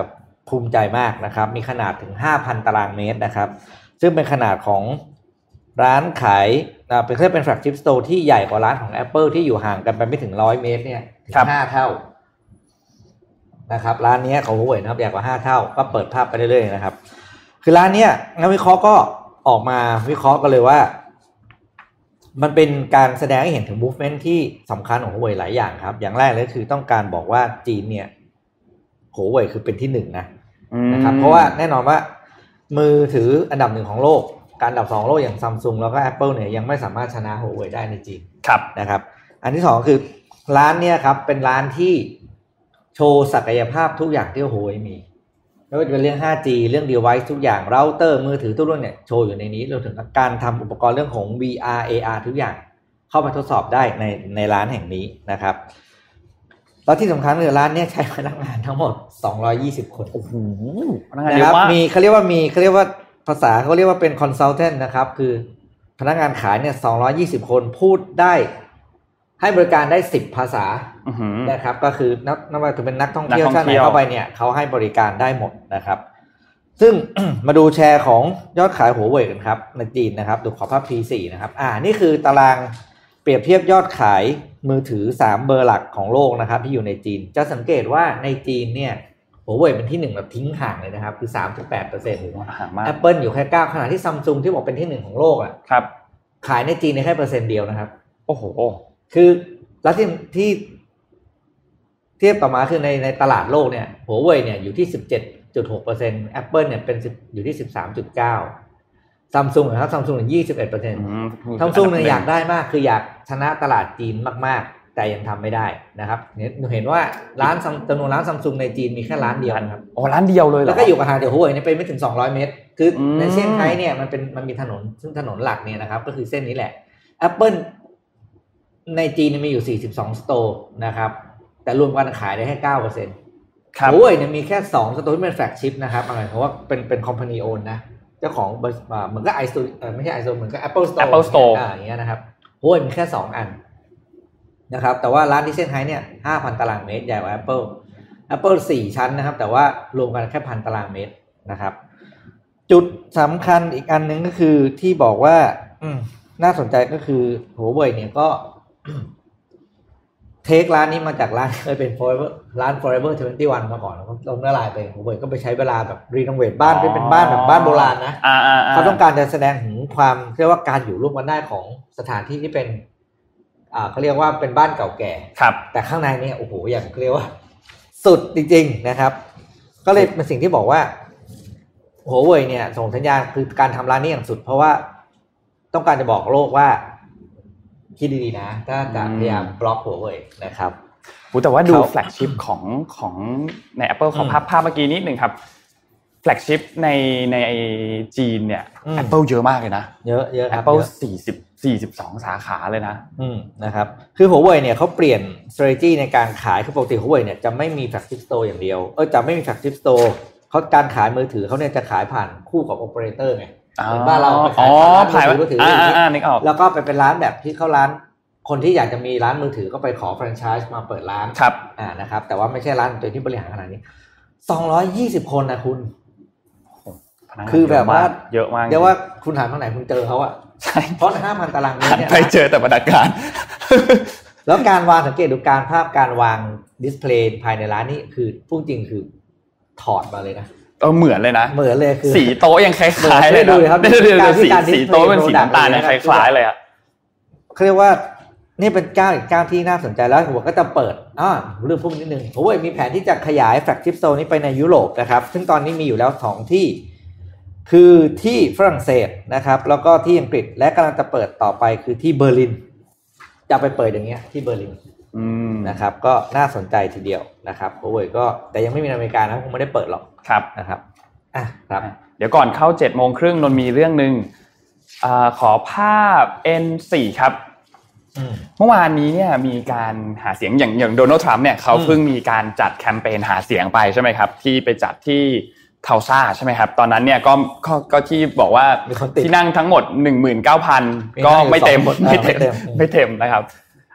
ภูมิใจมากนะครับมีขนาดถึง ห้าพัน ตารางเมตรนะครับซึ่งเป็นขนาดของร้านขายอ่าเป็นแค่เป็นแฟลกชิพสโตร์ที่ใหญ่กว่าร้านของ Apple ที่อยู่ห่างกันไปไม่ถึงหนึ่งร้อยเมตรเนี่ยถึงห้าเท่านะครับร้านนี้ของ Huawei นะครับใหญ่กว่าห้าเท่าก็เปิดภาพไปเรื่อยๆนะครับคือร้านเนี้ยนักวิเคราะห์ก็ออกมาวิเคราะห์กันเลยว่ามันเป็นการแสดงให้เห็นถึง movement ที่สำคัญของ Huawei หลายอย่างครับอย่างแรกเลยคือต้องการบอกว่าจีนเนี่ย Huawei คือเป็นที่หนึ่งนะนะครับเพราะว่าแน่นอนว่ามือถืออันดับหนึ่งของโลกการอันดับสองโลกอย่าง Samsung แล้วก็ Apple เนี่ยยังไม่สามารถชนะ Huawei ได้ในจีนนะครับอันที่สองคือร้านเนี่ยครับเป็นร้านที่โชว์ศักยภาพทุกอย่างที่ Huawei มีไม่ว่าจะเป็นเรื่อง ห้าจี เรื่อง device ทุกอย่างเราเตอร์มือถือทุกรุ่นเนี่ยโชว์อยู่ในนี้รวมถึงการทำอุปกรณ์เรื่องของ วี อาร์ เอ อาร์ ทุกอย่างเข้ามาทดสอบได้ในในร้านแห่งนี้นะครับแล้วที่สำคัญคือร้านเนี่ยใช้พนักงานทั้งหมดสองร้อยยี่สิบคนโอ้โหพนักงานเยอะมากมีเขาเรียกว่ามีเขาเรียกว่าภาษาเขาเรียกว่าเป็น consultant นะครับคือพนักงานขายเนี่ยสองร้อยยี่สิบคนพูดได้ให้บริการได้สิบภาษานะครับก็คือนักนักว่าจะเป็นนักท่องเที่ยวชาติไหนเข้าไปเนี่ยเขาให้บริการได้หมดนะครับซึ่ง มาดูแชร์ของยอดขาย Huawei กันครับในจีนนะครับดูขอภาพ พี โฟร์ นะครับอ่านี่คือตารางเปรียบเทียบยอดขายมือถือสามเบอร์หลักของโลกนะครับที่อยู่ในจีนจะสังเกตว่าในจีนเนี่ยHuawei เป็นที่หนึ่งแบบทิ้งห่างเลยนะครับคือ สามสิบแปดเปอร์เซ็นต์ ห่างมาก Apple อยู่แค่เก้าขณะที่ Samsung ที่บอกเป็นที่หนึ่งของโลกอ่ะครับขายในจีนในแค่เปอร์เซ็นต์เดียวนะครับโอ้โหคือแล้วที่ที่เทียบต่อมาคือในในตลาดโลกเนี่ย Huawei เนี่ยอยู่ที่ สิบเจ็ดจุดหกเปอร์เซ็นต์ Apple เนี่ยเป็นอยู่ที่ สิบสามจุดเก้า Samsung นะครับ Samsung เนี่ย ยี่สิบเอ็ดเปอร์เซ็นต์ Samsung เนี่ยอยากได้มากคืออยากชนะตลาดจีนมากๆแต่ยังทำไม่ได้นะครับเห็นว่าร้านจำนวนร้าน Samsung ในจีนมีแค่ร้านเดียวนะครับอ๋อร้านเดียวเลยเหรอแล้วก็อยู่กับห่างจาก Huawei เนี่ยไปไม่ถึงสองร้อยเมตรคือในเซี่ยงไฮ้เนี่ยมันเป็นมันมีถนนซึ่งถนนหลักเนี่ยนะครับก็คือเส้นนี้แหละ Apple ในจีนมีอยู่สี่สิบสองสโตร์นะครับแต่รวมกันขายได้แค่ เก้าเปอร์เซ็นต์ ครับ Huawei เนี่ยมีแค่สองสโตร์ที่เป็นแฟลกชิพนะครับอะไรเพราะว่าเป็นเป็นคอมพานีโอนนะเจ้าของเหมือนก็ iStore เอ่อไม่ใช่ iStore เหมือนก็ Apple Store Apple Store อ่าอย่างเงี้ยนะครับ Huawei มีแค่สองอันนะครับแต่ว่าร้านที่เซี่ยงไฮ้เนี่ย ห้าพัน ตารางเมตรใหญ่กว่า Apple Apple สี่ชั้นนะครับแต่ว่ารวมกันแค่ หนึ่งพัน ตารางเมตรนะครับจุดสำคัญอีกอันนึงก็คือที่บอกว่าน่าสนใจก็คือ Huawei เนี่ยก็เทคร้านนี้มาจากร้านเคยเป็น Forever ร้าน Forever ยี่สิบเอ็ดมาก่อนแล้วก็ล้มละลายไป Huawei ก็ไปใช้เวลาแบบรีโนเวทบ้านเป็นเป็นบ้านแบบบ้านโบราณนะเขาต้องการจะแสดงถึงความเรียกว่าการอยู่ร่วมกันได้ของสถานที่ที่เป็นอ่าเขาเรียกว่าเป็นบ้านเก่าแก่ครับแต่ข้างในนี่โอ้โหอย่างเรียกว่าสุดจริงๆนะครับก็เลยเป็นสิ่งที่บอกว่า Huawei เนี่ยส่งสัญญาณคือการทำร้านนี้อย่างสุดเพราะว่าต้องการจะบอกโลกว่าคิดดีๆนะถ้าจะพยายามบล็อก Huawei นะครับแต่ว่าดูแฟลกชิพของของใน Apple ขอภาพภาพเมื่อกี้นิดนึงครับแฟลกชิพในในจีนเนี่ย Apple เยอะมากเลยนะเยอะเยอะครับ Apple สี่สิบ สี่สิบสองสาขาเลยนะอืมนะครับคือ Huawei เนี่ยเขาเปลี่ยน strategy ในการขายคือปกติ Huawei เนี่ยจะไม่มี flagship store อย่างเดียวเออจะไม่มี flagship store เขาการขายมือถือเขาเนี่ยจะขายผ่านคู่กับ operator ไงเหมือนบ้านเราไปขายผ่านร้านมือถือแล้วก็ไปเป็นร้านแบบที่เข้าร้านคนที่อยากจะมีร้านมือถือก็ไปขอแฟรนไชส์มาเปิดร้านครับอ่านะครับแต่ว่าไม่ใช่ร้านตัวที่บริหารขนาดนี้สองร้อยยี่สิบคนนะคุณคือแบบว่าเยอะมากเดี๋ยวว่าคุณหาตรงไหนคุณเจอเขาอ่ะใช่เพราะ ห้าพัน ตารางเมตรเนี่ยไปเจอแต่พนักงานแล้วการวางสังเกตดูการภาพการวางดิสเพลย์ภายในร้านนี่คือพูดจริงคือถอดมาเลยนะเออเหมือนเลยนะเหมือนเลยคือสีโต๊ะยังคล้ายๆเลยดูเลยครับสีสีโต๊ะเป็นสีน้ำตาลคล้ายๆเลยอ่ะเขาเรียกว่านี่เป็นก้าวอีกก้าวที่น่าสนใจแล้วผมก็จะเปิดอ่าเรื่องพวกนี้นิดนึงโอ้ยมีแผนที่จะขยายแฟลกชิพโซนนี้ไปในยุโรปนะครับซึ่งตอนนี้มีอยู่แล้วสองที่คือที่ฝรั่งเศสนะครับแล้วก็ที่อังกฤษและกำลังจะเปิดต่อไปคือที่เบอร์ลินจะไปเปิดอย่างเงี้ยที่เบอร์ลินนะครับก็น่าสนใจทีเดียวนะครับโอ้ยก็แต่ยังไม่มีในอเมริกานะคงไม่ได้เปิดหรอกครับนะครับอ่ะครับเดี๋ยวก่อนเข้า เจ็ดโมงครึ่งนนมีเรื่องนึงอ่าขอภาพ เอ็น โฟร์ ครับเมื่อวานนี้เนี่ยมีการหาเสียงอย่างอย่างโดนัลด์ทรัมป์เนี่ยเขาเพิ่งมีการจัดแคมเปญหาเสียงไปใช่ไหมครับที่ไปจัดที่เทาซ่าใช่ไหมครับตอนนั้นเนี่ยก็ก็ก็ที่บอกว่าที่นั่งทั้งหมด หนึ่งหมื่นเก้าพัน ก็ไม่เต็มไม่เต็มไม่เต็มนะครับ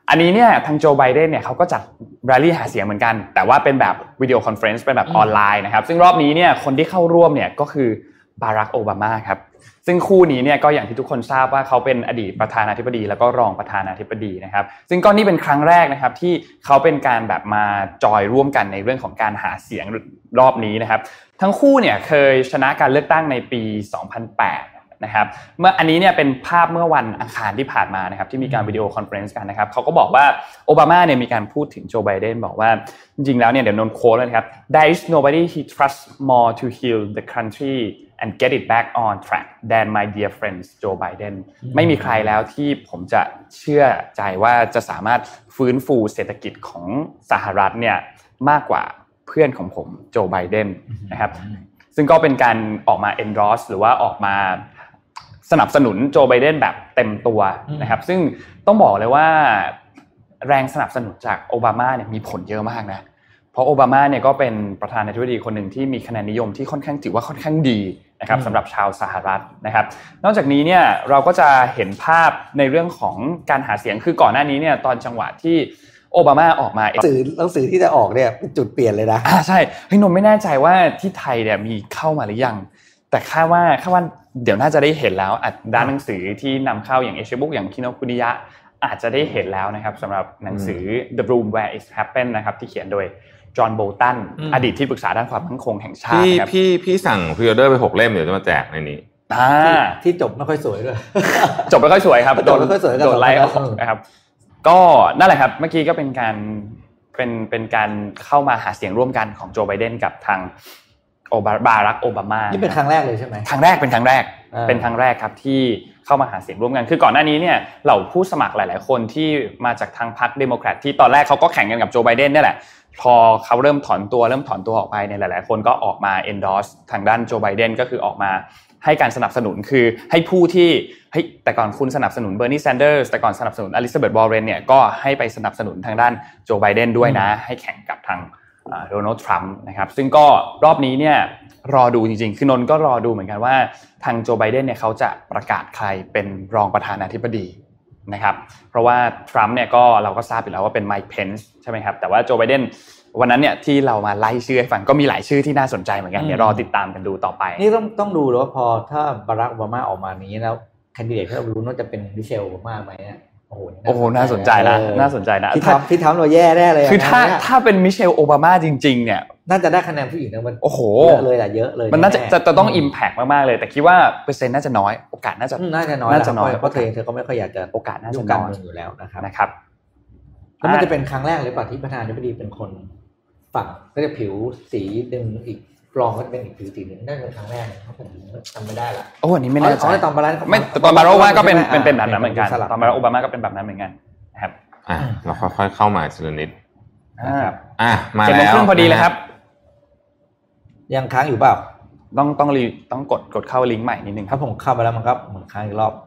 อันนี้เนี่ยทางโจไบเดนเนี่ยเขาก็จัดแรลลี่หาเสียงเหมือนกันแต่ว่าเป็นแบบวิดีโอคอนเฟอเรนซ์เป็นแบบออนไลน์นะครับซึ่งรอบนี้เนี่ยคนที่เข้าร่วมเนี่ยก็คือบารักโอบามาครับซึ่งคู่นี้เนี่ยก็อย่างที่ทุกคนทราบว่าเขาเป็นอดีตประธานาธิบดีแล้วก็รองประธานาธิบดีนะครับซึ่งก็นี่เป็นครั้งแรกนะครับที่เขาเป็นการแบบมาจอยร่วมกันในเรื่องของการหาเสียงรอบนี้นะครับทั้งคู่เนี่ยเคยชนะการเลือกตั้งในปีสองพันแปดนะครับเมื่ออันนี้เนี่ยเป็นภาพเมื่อวันอังคารที่ผ่านมานะครับที่มีการวิดีโอคอนเฟอเรนซ์กันนะครับเขาก็บอกว่าโอบามาเนี่ยมีการพูดถึงโจไบเดนบอกว่าจริงๆแล้วเนี่ยเดี๋ยวนนโค้ดเลยนะครับ There is nobody he trusts more to heal the country and get it back on track than my dear friends Joe Biden ไม่มีใครแล้วที่ผมจะเชื่อใจว่าจะสามารถฟื้นฟูเศรษฐกิจของสหรัฐเนี่ยมากกว่าเพื่อนของผมโจไบเดนนะครับซึ่งก็เป็นการออกมา endorse หรือว่าออกมาสนับสนุนโจไบเดนแบบเต็มตัวนะครับซึ่งต้องบอกเลยว่าแรงสนับสนุนจากโอบามาเนี่ยมีผลเยอะมากนะเพราะโอบามาเนี่ยก็เป็นประธานาธิบดีคนหนึ่งที่มีคะแนนนิยมที่ค่อนข้างถือว่าค่อนข้างดีนะครับสำหรับชาวสหรัฐนะครับนอกจากนี้เนี่ยเราก็จะเห็นภาพในเรื่องของการหาเสียงคือก่อนหน้านี้เนี่ยตอนจังหวะที่โอบามาออกมาสื่อหนังสือที่จะออกเนี่ยเป็นจุดเปลี่ยนเลยนะอ่าใช่เฮ้ยนนไม่แน่ใจว่าที่ไทยเนี่ยมีเข้ามาหรือยังแต่คาดว่าคาดว่าเดี๋ยวน่าจะได้เห็นแล้วด้านหนังสือที่นำเข้าอย่างเอเชียบุ๊กอย่างคิโนคุนิยะอาจจะได้เห็นแล้วนะครับสำหรับหนังสือ The Room Where It Happened นะครับที่เขียนโดยจอห์นโบลตันอดีตที่ปรึกษาด้านความมั่นคงแห่งชาติครับพี่พี่สั่งพรีออเดอร์ไปหกเล่มเดี๋ยวจะมาแจกในนี้อ่าที่จบไม่ค่อยสวยด้วยจบไม่ค่อยสวยครับโดนไม่ค่อยสวยโดนไล่ออกนะครับก็นั่นแหละครับเมื่อกี้ก็เป็นการเป็นเป็นการเข้ามาหาเสียงร่วมกันของโจไบเดนกับทางโอบาบารักโอบามานี่เป็นครั้งแรกเลยใช่ไหมครั้งแรกเป็นครั้งแรกเป็นครั้งแรกครับที่เข้ามาหาเสียงร่วมกันคือก่อนหน้านี้เนี่ยเหล่าผู้สมัครหลายๆคนที่มาจากทางพรรคเดโมแครตที่ตอนแรกเขาก็แข่งกันกับโจไบเดนนี่แหละพอเขาเริ่มถอนตัวเริ่มถอนตัวออกไปเนี่ยหลายๆคนก็ออกมา endorse ทางด้านโจไบเดนก็คือออกมาให้การสนับสนุนคือให้ผู้ที่เฮ้ยแต่ก่อนคุณสนับสนุนเบอร์นีแซนเดอร์สแต่ก่อนสนับสนุนอลิซาเบธวอร์เรนเนี่ยก็ให้ไปสนับสนุนทางด้านโจไบเดนด้วยนะให้แข่งกับทางโดนัลด์ทรัมป์นะครับซึ่งก็รอบนี้เนี่ยรอดูจริงๆคือนนก็รอดูเหมือนกันว่าทางโจไบเดนเนี่ยเขาจะประกาศใครเป็นรองประธานาธิบดีนะครับเพราะว่าทรัมป์เนี่ยก็เราก็ทราบอยู่แล้วว่าเป็นไมค์เพนซ์ใช่ไหมครับแต่ว่าโจไบเดนวันนั้นเนี่ยที่เรามาไล่ชื่อให้ฟังก็มีหลายชื่อที่น่าสนใจเหมือนกันเดี๋ยวรอติดตามกันดูต่อไปนี่ต้องต้องดูแล้วว่าพอถ้าบารักโอบามาออกมานี้แล้วแคนดิเดตที่เรารู้ว่าจะเป็นมิเชลโอบามาไหมเนี่ยโอ้โหโอ้โหน่าสนใจนะน่าสนใจนะพี่ทำพี่ทำเราแย่แน่เลยคือถ้าถ้าเป็นมิเชลโอบามาจริงๆเนี่ยน่าจะได้คะแนนผู้หญิงนะมันโอ้โหเยอะเลยแหละเยอะเลยมันน่าจะจะต้อง impact มากๆเลยแต่คิดว่าเปอร์เซ็นต์น่าจะน้อยโอกาสน่าจะน่าจะน้อยน่าจะน้อยเพราะเธอเธอก็ไม่ค่อยอยากจะโอกาสน่าจะน้อยอยู่แล้วนะครับนะครับแล้วมันจะเป็นครั้งแรกหรือเปล่าที่ประธานาธิบดีเป็นคนฝั่งก็จะผิวสีนึงอีกรองก็จะเป็นอีกผิวสีนึงได้เป็นครั้งแรกเขาผมจำไม่ได้ละโอ้อันนี้ไม่แน่ใจตอนบารักไม่ตอนบารักโอบามาก็เป็นเป็นเป็นแบบนั้นเหมือนกันตอนบารักโอบามาก็เป็นแบบนั้นเหมือนกันนะครับอ่ะเราค่อยๆเข้ามาทีละนิดนะครับอ่ะมาแล้วเจ็ดโมงครึ่งพอดีเลยครับยังค้างอยู่เปล่าต้องต้องรีต้องกดกดเข้าลิงก์ใหม่นิดนึงถ้าผมเข้าไปแล้วมันก็เหมือนค้างอีกรอบ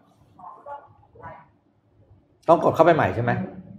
ต้องกดเข้าไปใหม่ใช่ไหม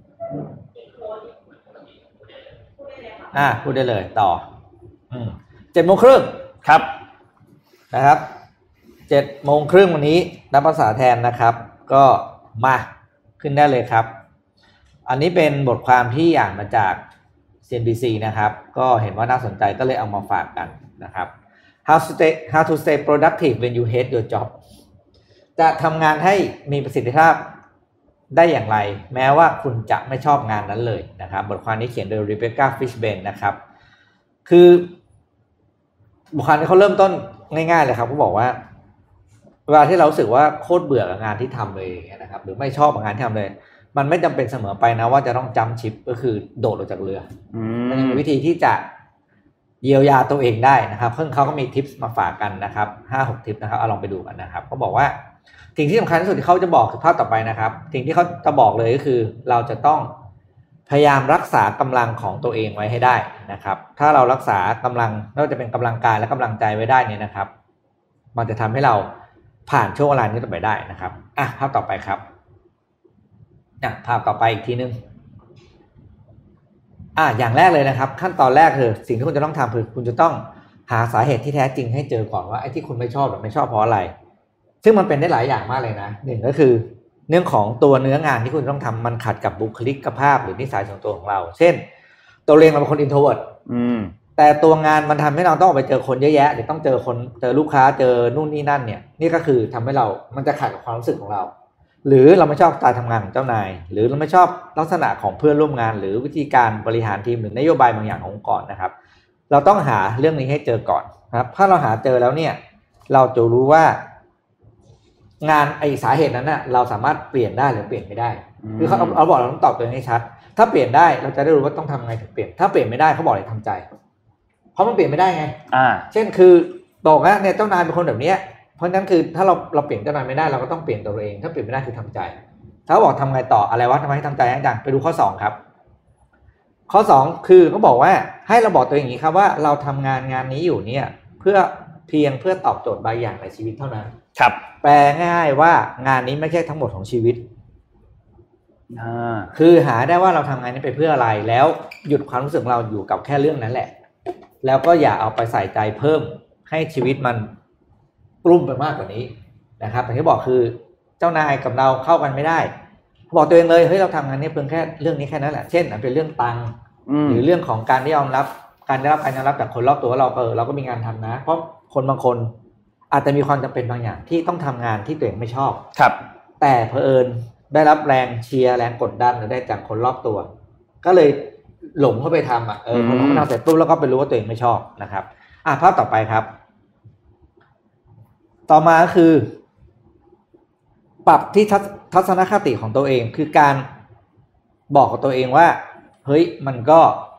อ่ะพูดได้เลยต่ออืมเจ็ดโมงครึ่งครับนะครับเจ็ดโมงครึ่งวันนี้นับภาษาแทนนะครับก็มาขึ้นได้เลยครับอันนี้เป็นบทความที่อ่านมาจาก ซี เอ็น บี ซี นะครับก็เห็นว่าน่าสนใจก็เลยเอามาฝากกันนะครับ how to stay how to stay productive when you hate your job จะทำงานให้มีประสิทธิภาพได้อย่างไรแม้ว่าคุณจะไม่ชอบงานนั้นเลยนะครับบทความนี้เขียนโดย Rebecca Fishbein นะครับคือบทความนี้เขาเริ่มต้นง่ายๆเลยครับเขาบอกว่าเวลาที่เรารู้สึกว่าโคตรเบื่อกับงานที่ทำเลยนะครับหรือไม่ชอบกับงานที่ทำเลยมันไม่จำเป็นเสมอไปนะว่าจะต้องจัมป์ชิปก็คือโดดออกจากเรือมันมีวิธีที่จะเยียวยาตัวเองได้นะครับซึ่งเขาก็มีทิปส์มาฝากกันนะครับ ห้าหก ทิปนะครับเอาลองไปดูกันนะครับเขาบอกว่าสิ่งที่สำคัญที่สุดที่เขาจะบอกคือภาพต่อไปนะครับสิ่งที่เขาจะบอกเลยก็คือเราจะต้องพยายามรักษากำลังของตัวเองไว้ให้ได้นะครับถ้าเรารักษากำลังไม่ว่าจะเป็นกำลังกายและกำลังใจไว้ได้เนี่ยนะครับมันจะทำให้เราผ่านช่วงเวลานี้ต่อไปได้นะครับอ่ะภาพต่อไปครับอ่ะภาพต่อไปอีกทีนึงอ่ะอย่างแรกเลยนะครับขั้นตอนแรกคือสิ่งที่คุณจะต้องทำคือคุณจะต้องหาสาเหตุที่แท้จริงให้เจอก่อนว่าไอ้ที่คุณไม่ชอบหรือไม่ชอบเพราะอะไรซึ่งมันเป็นได้หลายอย่างมากเลยนะหนึ่งก็คือเรื่องของตัวเนื้องานที่คุณต้องทำมันขัดกับบุคลิกภาพหรือนิสัยส่วนตัวของเราเช่นตัวเองเราเป็นคน introvert อืมแต่ตัวงานมันทำให้เราต้องออกไปเจอคนเยอะแยะหรือต้องเจอคนเจอลูกค้าเจอนู่นนี่นั่นเนี่ยนี่ก็คือทำให้เรามันจะขัดกับความรู้สึกของเราหรือเราไม่ชอบสไตล์ทำงานของเจ้านายหรือเราไม่ชอบลักษณะของเพื่อนร่วมงานหรือวิธีการบริหารทีมหรือนโยบายบางอย่างขององค์กรนะครับเราต้องหาเรื่องนี้ให้เจอก่อนนะครับถ้าเราหาเจอแล้วเนี่ยเราจะรู้ว่างานไอสาเหตุนั้นน่ะเราสามารถเปลี่ยนได้หรือเปลี่ยนไม่ได้คือเขาเอาบอกเราต้องตอบตัวเองให้ชัดถ้าเปลี่ยนได้เราจะได้รู้ว่าต้องทำไงถึงเปลี่ยนถ้าเปลี่ยนไม่ได้เขาบอกให้ทำใจเพราะมันเปลี่ยนไม่ได้ไงอ่าเช่นคือบอกว่าเนี่ยเจ้านายเป็นคนแบบนี้เพราะฉะนั้นคือถ้าเราเราเปลี่ยนเจ้านายไม่ได้เราก็ต้องเปลี่ยนตัวเองถ้าเปลี่ยนไม่ได้คือทำใจถ้าบอกทำไงต่ออะไรวะทำไมให้ทำใจให้ดังไปดูข้อสองครับข้อสองคือเขาบอกว่าให้เราบอกตัวเองอย่างนี้ครับว่าเราทำงานงานนี้อยู่เนี่ยเพื่อเพียงเพื่อตอบโจทย์บางอย่างในชีวิตเท่านั้นครับแปลง่ายว่างานนี้ไม่ใช่ทั้งหมดของชีวิตอ่าคือหาได้ว่าเราทำงานนี้ไปเพื่ออะไรแล้วหยุดความรู้สึกเราอยู่กับแค่เรื่องนั้นแหละแล้วก็อย่าเอาไปใส่ใจเพิ่มให้ชีวิตมันกลุ่มไปมากกว่านี้นะครับอย่างที่บอกคือเจ้านายกับเราเข้ากันไม่ได้บอกตัวเองเลยเฮ้ยเราทำงานนี้เพียงแค่เรื่องนี้แค่นั้นแหละเช่นเป็นเรื่องตังค์หรือเรื่องของการได้ยอมรับการได้รับการยอมรับจากคนรอบตัวเราเออเราก็มีงานทำนะเพราะคนบางคนอาจจะมีความจำเป็นบางอย่างที่ต้องทำงานที่ตัวเองไม่ชอบครับแต่เผอิญได้รับแรงเชียร์แรงกดดันหรือได้จากคนรอบตัวก็เลยหลงเข้าไปทำอ่ะเออพอทำเสร็จปุ๊บแล้วก็ไปรู้ว่าตัวเองไม่ชอบนะครับอ่ะภาพต่อไปครับต่อมาก็คือปรับที่ทัศนคติของตัวเองคือการบอกกับตัวเองว่าเฮ้ยมันก็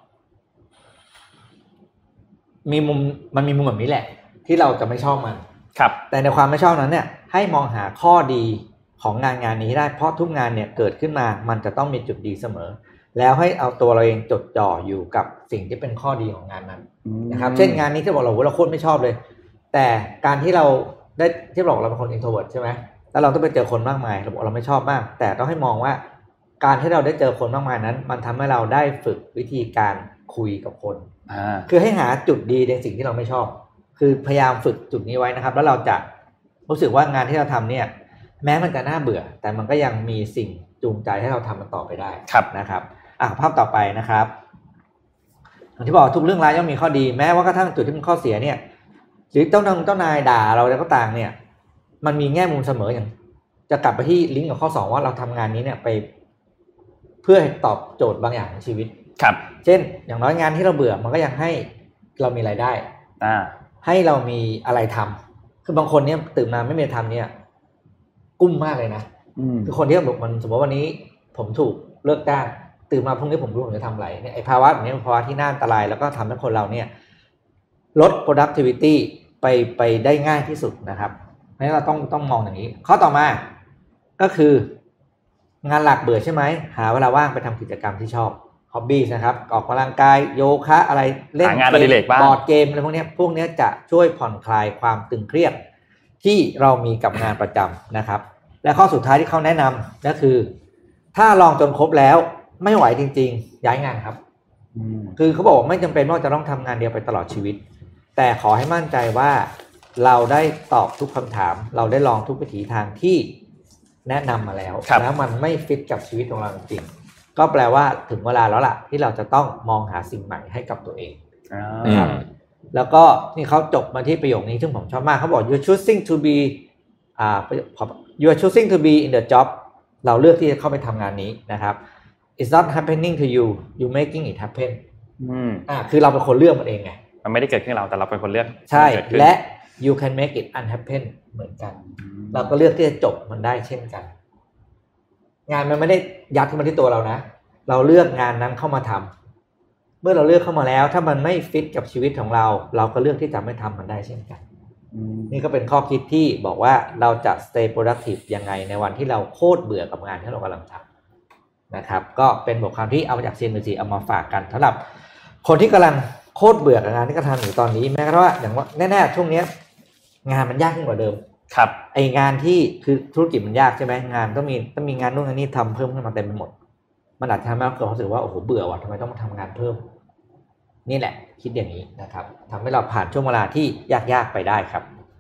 มีมุมมันมีมุมแบบนี้แหละที่เราจะไม่ชอบมันครับแต่ในความไม่ชอบนั้นเนี่ยให้มองหาข้อดีของงานงานนี้ได้เพราะทุกงานเนี่ยเกิดขึ้นมามันจะต้องมีจุดดีเสมอแล้วให้เอาตัวเราเองจดจ่ออยู่กับสิ่งที่เป็นข้อดีของงานนั้นนะครับเช่นงานนี้ที่บอกเราเราโคตรไม่ชอบเลยแต่การที่เราได้ที่บอกเราเป็นคน introvert ใช่ไหมแล้วเราต้องไปเจอคนมากมายเราบอกเราไม่ชอบมากแต่ต้องให้มองว่าการที่เราได้เจอคนมากมายนั้นมันทำให้เราได้ฝึกวิธีการคุยกับคนคือให้หาจุดดีในสิ่งที่เราไม่ชอบคือพยายามฝึกจุดนี้ไว้นะครับแล้วเราจะรู้สึกว่างานที่เราทำเนี่ยแม้มันจะน่าเบื่อแต่มันก็ยังมีสิ่งจูงใจให้เราทำมันต่อไปได้นะครับอ่ะภาพต่อไปนะครับอย่างที่บอกทุกเรื่องราวย่อมมีข้อดีแม้ว่ากระทั่งจุดที่เป็นข้อเสียเนี่ยหรือเจ้านายเจ้านายด่าเราแล้วก็ต่างเนี่ยมันมีแง่มุมเสมออย่างจะกลับไปที่ลิงก์กับข้อสองว่าเราทำงานนี้เนี่ยไปเพื่อตอบโจทย์บางอย่างของชีวิตครับเช่นอย่างน้อยงานที่เราเบื่อมันก็ยังให้เรามีรายได้อ่าให้เรามีอะไรทำคือบางคนเนี่ยตื่นมาไม่มีทำเนี่ยกุ้มมากเลยนะคือคนที่บอกมันสมมติวันนี้ผมถูกเลิกจ้างตื่นมาพรุ่งนี้ผมรู้ผมจะทำอะไรเนี่ยไอ้ภาวะแบบนี้เป็นภาวะที่น่าอันตรายแล้วก็ทำให้คนเราเนี่ยลด productivity ไปไปได้ง่ายที่สุดนะครับเพราะฉะนั้นเราต้องต้องมองอย่างนี้ข้อต่อมาก็คืองานหลักเบื่อใช่ไหมหาเวลาว่างไปทำกิจกรรมที่ชอบฮอบบี้นะครับออกกำลังกายโยคะอะไรเล่นงานอดิเรกบ้างบอร์ดเกมอะไรพวกนี้พวกนี้จะช่วยผ่อนคลายความตึงเครียดที่เรามีกับงานประจำนะครับและข้อสุดท้ายที่เขาแนะนำก็คือถ้าลองจนครบแล้วไม่ไหวจริงๆย้ายงานครับคือเขาบอกไม่จำเป็นว่าจะต้องทำงานเดียวไปตลอดชีวิตแต่ขอให้มั่นใจว่าเราได้ตอบทุกคำถามเราได้ลองทุกวิถีทางที่แนะนำมาแล้วแล้วมันไม่ฟิตกับชีวิตของเราจริงๆก็แปลว่าถึงเวลาแล้วล่ะที่เราจะต้องมองหาสิ่งใหม่ให้กับตัวเองนะครับแล้วก็นี่เขาจบมาที่ประโยคนี้ซึ่งผมชอบมากเขาบอก you choosing to be อ่า you are choosing to be in the job เราเลือกที่จะเข้าไปทำงานนี้นะครับ it's not happening to you you making it happen อืมอ่าคือเราเป็นคนเลือกมันเองไงมันไม่ได้เกิดขึ้นเราแต่เราเป็นคนเลือกใช่และ you can make it unhappen เหมือนกันเราก็เลือกที่จะจบมันได้เช่นกันงานมันไม่ได้ยัดขึ้นมาที่ตัวเรานะเราเลือกงานนั้นเข้ามาทำเมื่อเราเลือกเข้ามาแล้วถ้ามันไม่ฟิตกับชีวิตของเราเราก็เลือกที่จะไม่ทำมันได้เช่นกันนี่ก็เป็นข้อคิดที่บอกว่าเราจะ stay productive ยังไงในวันที่เราโคตรเบื่อกับงานที่เรากำลังทำนะครับก็เป็นบทความที่เอามาจาก ซี เอ็น บี ซี เอามาฝากกันสำหรับคนที่กำลังโคตรเบื่อกับงานที่กระทำอยู่ตอนนี้แม้กระทั่งว่าอย่างว่าแน่ๆช่วงนี้งานมันยากขึ้นกว่าเดิมครับไองานที่คือธุรกิจมันยากใช่ไหมงานต้องมีต้องมีงานนู่นงานนี่ทำเพิ่มขึ้นมาเต็มไปหมดมันอาจจะทำให้เราเกิดความรู้สึกว่าโอ้โหเบื่อว่ะทำไมต้องมาทำงานเพิ่มนี่แหละคิดอย่างนี้นะครับทำให้เราผ่านช่วงเวลาที่ยากๆไปได้ครับ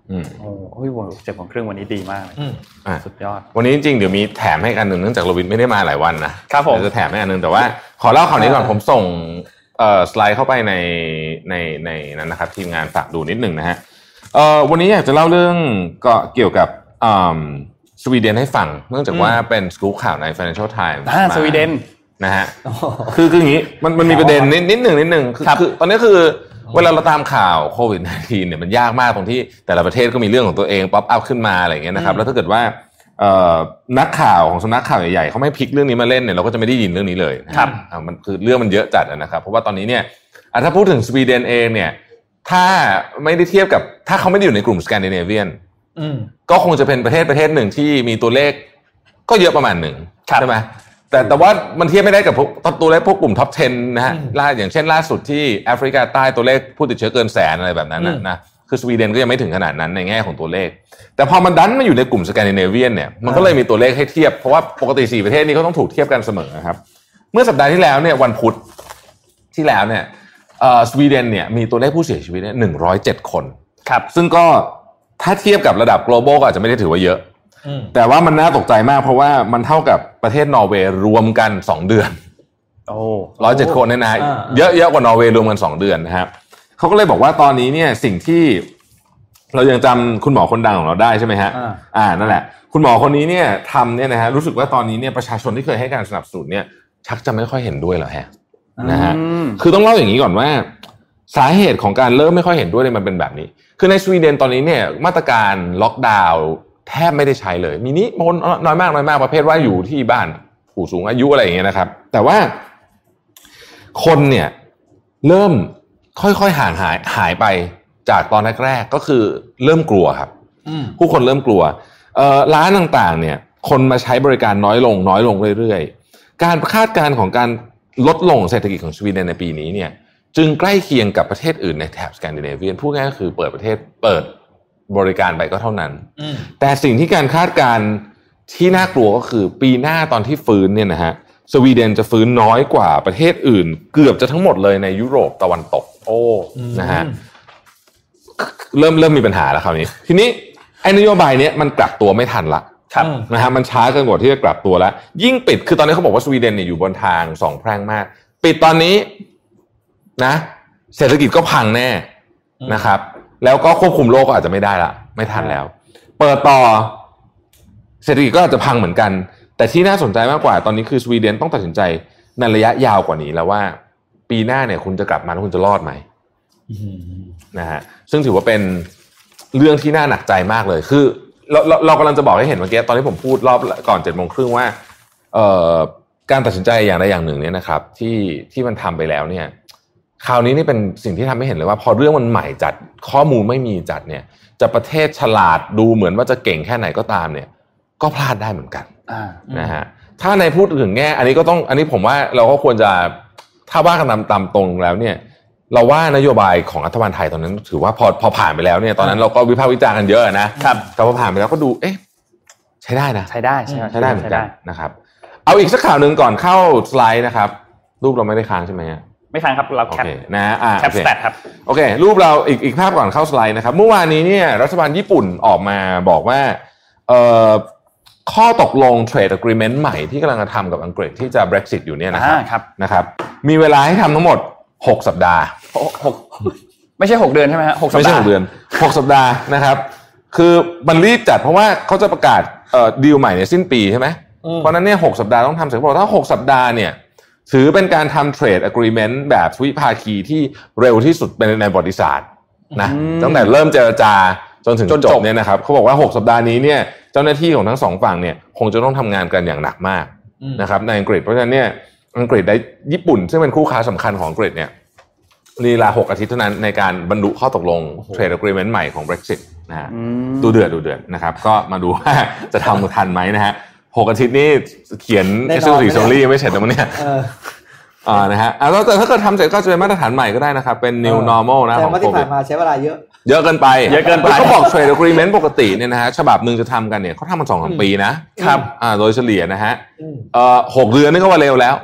อืมโอ้โหเจ็ดโมงครึ่งวันนี้ดีมากเลยอ่าสุดยอดวันนี้จริงๆเดี๋ยวมีแถมให้กันหนึ่งเนื่องจากโรบินไม่ได้มาหลายวันนะครับผมจะแถมให้อันนึงแต่ว่าขอเล่าข่าวนี้ก่อนผมส่งเอ่อสไลด์เข้าไปในในในนั้นนะครับทีมงานฝากดูนิดหนึ่งนะฮะเอ่อวันนี้อยากจะเล่าเรื่องก็เกี่ยวกับอ่าสวีเดนให้ฟังเนื่องจากว่าเป็นสกู๊ปข่าวใน Financial Times อ่าสวีเดนนะฮะคือคืออย่างนี้มันมันมีประเด็นนิดนิดหนึ่งนิดหนึ่งคือคือตอนนี้คือเวลาเราตามข่าวโควิด สิบเก้า เนี่ยมันยากมากตรงที่แต่ละประเทศก็มีเรื่องของตัวเองป๊อปอัพขึ้นมาอะไรอย่างเงี้ยนะครับแล้วถ้าเกิดว่าเอ่อนักข่าวของสำนักข่าวใหญ่ๆเขาไม่พลิกเรื่องนี้มาเล่นเนี่ยเราก็จะไม่ได้ยินเรื่องนี้เลยครับอ่ามันคือเรื่องมันเยอะจัดนะครับเพราะว่าตอนนี้เนี่ยถ้าพูดถึงสวีเดนเองเนี่ยถ้าไม่ได้เทียบกับถ้าเขาไม่ได้อยู่ในกลุ่มสแกนดิเนเวียนก็คงจะเป็นประเทศประเทศหนึ่งที่มีตัวเลขก็เยอะประมาณหนึ่งใช่ไหมแต่แต่ว่ามันเทียบไม่ได้กับตัวเลขพวกกลุ่มท็อปสิบนะฮะล่าอย่างเช่นล่าสุดที่แอฟริกาใต้ตัวเลขผู้ติดเชื้อเกินแสนอะไรแบบนั้นนะคือสวีเดนก็ยังไม่ถึงขนาดนั้นในแง่ของตัวเลขแต่พอมันดันมาอยู่ในกลุ่มสแกนดิเนเวียนเนี่ยมันก็เลยมีตัวเลขให้เทียบเพราะว่าปกติสี่ประเทศนี้เขาต้องถูกเทียบกันเสมอครับเมื่อสัปดาห์ที่แล้วเนี่ยวันพุธที่แล้วเนี่ยเอ่อสวีเดนเนี่ยมีตัวเลขผู้เสียชีวิตเนี่ยหนึ่งร้อยเจ็ดคนครับซึ่งก็ถ้าเทียบกับระดับ global ก็อาจจะไม่ได้ถือว่าเยอะแต่ว่ามันน่าตกใจมากเพราะว่ามันเท่ากับประเทศนอร์เวย์รวมกันสองเดือนโอ้หนึ่งร้อยเจ็ดคนเนี่ยนะเยอะๆกว่านอร์เวย์รวมกันสองเดือนนะครับเขาก็เลยบอกว่าตอนนี้เนี่ยสิ่งที่เรายังจำคุณหมอคนดังของเราได้ใช่ไหมฮะอ่านั่นแหละคุณหมอคนนี้เนี่ยทำเนี่ยนะฮะรู้สึกว่าตอนนี้เนี่ยประชาชนที่เคยให้การสนับสนุนเนี่ยชักจะไม่ค่อยเห็นด้วยแล้วฮะนะฮะคือต้องเล่าอย่างนี้ก่อนว่าสาเหตุของการเริ่มไม่ค่อยเห็นด้วยเนี่ยมันเป็นแบบนี้คือในสวีเดนตอนนี้เนี่ยมาตรการล็อกดาวน์แทบไม่ได้ใช้เลยมีนิมนต์น้อยมากน้อยมากประเภทว่าอยู่ที่บ้านผู้สูงอายุอะไรอย่างเงี้ยนะครับแต่ว่าคนเนี่ยเริ่มค่อยๆห่างหายหายไปจากตอนแรกๆก็คือเริ่มกลัวครับผู้คนเริ่มกลัวเอ่อร้านต่างๆเนี่ยคนมาใช้บริการน้อยลงน้อยลงเรื่อยๆการคาดการณ์ของการลดลงเศรษฐกิจของสวีเดนในปีนี้เนี่ยจึงใกล้เคียงกับประเทศอื่นในแถบสแกนดิเนเวียนพูดง่ายก็คือเปิดประเทศเปิดบริการไปก็เท่านั้นแต่สิ่งที่การคาดการณ์ที่น่ากลัวก็คือปีหน้าตอนที่ฟื้นเนี่ยนะฮะสวีเดนจะฟื้นน้อยกว่าประเทศอื่นเกือบจะทั้งหมดเลยในยุโรปตะวันตกโอ้นะฮะเริ่มเริ่มมีปัญหาแล้วคราวนี้ทีนี้ไอ้นโยบายนี้มันกลับตัวไม่ทันละครับนะฮะมันช้าเกินกว่าที่จะกลับตัวแล้วยิ่งปิดคือตอนนี้เขาบอกว่าสวีเดนเนี่ยอยู่บนทางสองแพร่งมากปิดตอนนี้นะเศรษฐกิจก็พังแน่นะครับแล้วก็ควบคุมโรคก็อาจจะไม่ได้ละไม่ทันแล้วเปิดต่อเศรษฐกิจก็อาจจะพังเหมือนกันแต่ที่น่าสนใจมากกว่าตอนนี้คือสวีเดนต้องตัดสินใจในระยะยาวกว่านี้แล้วว่าปีหน้าเนี่ยคุณจะกลับมาแล้วคุณจะรอดไหมนะฮะซึ่งถือว่าเป็นเรื่องที่น่าหนักใจมากเลยคือเราเราเรากำลังจะบอกให้เห็นเมื่อกี้ตอนที่ผมพูดรอบก่อนเจ็ดโมงครึ่งว่าเอ่อการตัดสินใจอย่างใดอย่างหนึ่งเนี่ยนะครับที่ที่มันทำไปแล้วเนี่ยคราวนี้นี่เป็นสิ่งที่ทำให้เห็นเลยว่าพอเรื่องมันใหม่จัดข้อมูลไม่มีจัดเนี่ยจะประเทศฉลาดดูเหมือนว่าจะเก่งแค่ไหนก็ตามเนี่ยก็พลาดได้เหมือนกันนะฮะถ้าในพูดถึงแง่อันนี้ก็ต้องอันนี้ผมว่าเราก็ควรจะถ้าว่ากันตามตามตรงแล้วเนี่ยเราว่านโยบายของรัฐบาลไทยตอนนั้นถือว่าพอพอผ่านไปแล้วเนี่ยตอนนั้นเราก็วิพากษ์วิจารณ์กันเยอะนะครับแต่พอผ่านไปแล้วก็ดูเอ๊ะใช้ได้นะใช้ได้ใช้ได้เหมือนกันนะครับเอาอีกสักข่าวนึงก่อนเข้าสไลด์นะครับรูปเราไม่ได้ค้างใช่ไหมไม่ค้างครับเราแคปนะอ่าแคปสแตทครับโอเครูปเราอีกอีกภาพก่อนเข้าสไลด์นะครับเมื่อวานนี้เนี่ยรัฐบาลญี่ปุ่นออกมาบอกว่าเอ่อข้อตกลง Trade Agreement ใหม่ที่กำลังจะทำกับอังกฤษที่จะ Brexit อยู่เนี่ยนะครับนะครับมีเวลาให้ทำทั้งหมดหกสัปดาห์หกไม่ใช่หกเดือนใช่ไหมฮะหกสัปดาห์ไม่ใช่หกเดือนหกสัปดาห์นะครับคือมันรีบจัดเพราะว่าเขาจะประกาศเอ่อดีลใหม่ในสิ้นปีใช่ไหมเพราะนั้นเนี่ยหกสัปดาห์ต้องทำเสร็จบอกถ้าหกสัปดาห์เนี่ยถือเป็นการทำ Trade Agreement แบบทวิภาคีที่เร็วที่สุดเป็นในประวัติศาสตร์นะตั้งแต่เริ่มเจรจาจนถึงจบเนี่ยนะครับเขาบอกว่าหกสัปดาห์นี้เนี่ยเจ้าหน้าที่ของทั้งสองฝั่งเนี่ยคงจะต้องทำงานกันอย่างหนักมากนะครับในอังกฤษเพราะฉะนั้นเนี่ยอังกฤษได้ญี่ปุ่นซึ่งเป็นคู่ค้าสำคัญของอังกฤษเนี่ยลีลาหกอาทิตย์เท่านั้นในการบรรลุข้อตกลง Trade Agreement ใหม่ของ Brexit นะฮะดูเดือดดูเดือดนะครับก็มาดูว่าจะทำทันไหมนะฮะหกอาทิตย์นี่เขียน เอส โอ ซี Story ยังไม่เสร็จเลยมั้งเนี่ยอ่านะฮะแล้วแต่ถ้าเกิดทำเสร็จก็จะเป็นมาตรฐานใหม่ก็ได้นะครับเป็น New Normal นะของโควิดแต่ที่ผ่านมาใช้เวลาเยอะเยอะเกินไปเยอะเกินไปเขาบอก Trade Agreement ปกติเนี่ยนะฮะฉบับนึงจะทำกันเนี่ยเขาทำมัน สองถึงสาม ปีนะครับอ่าโดยเฉลี่ยนะฮะเอ่อหกเดือนนี่ก็ว่าเร็วแล้ว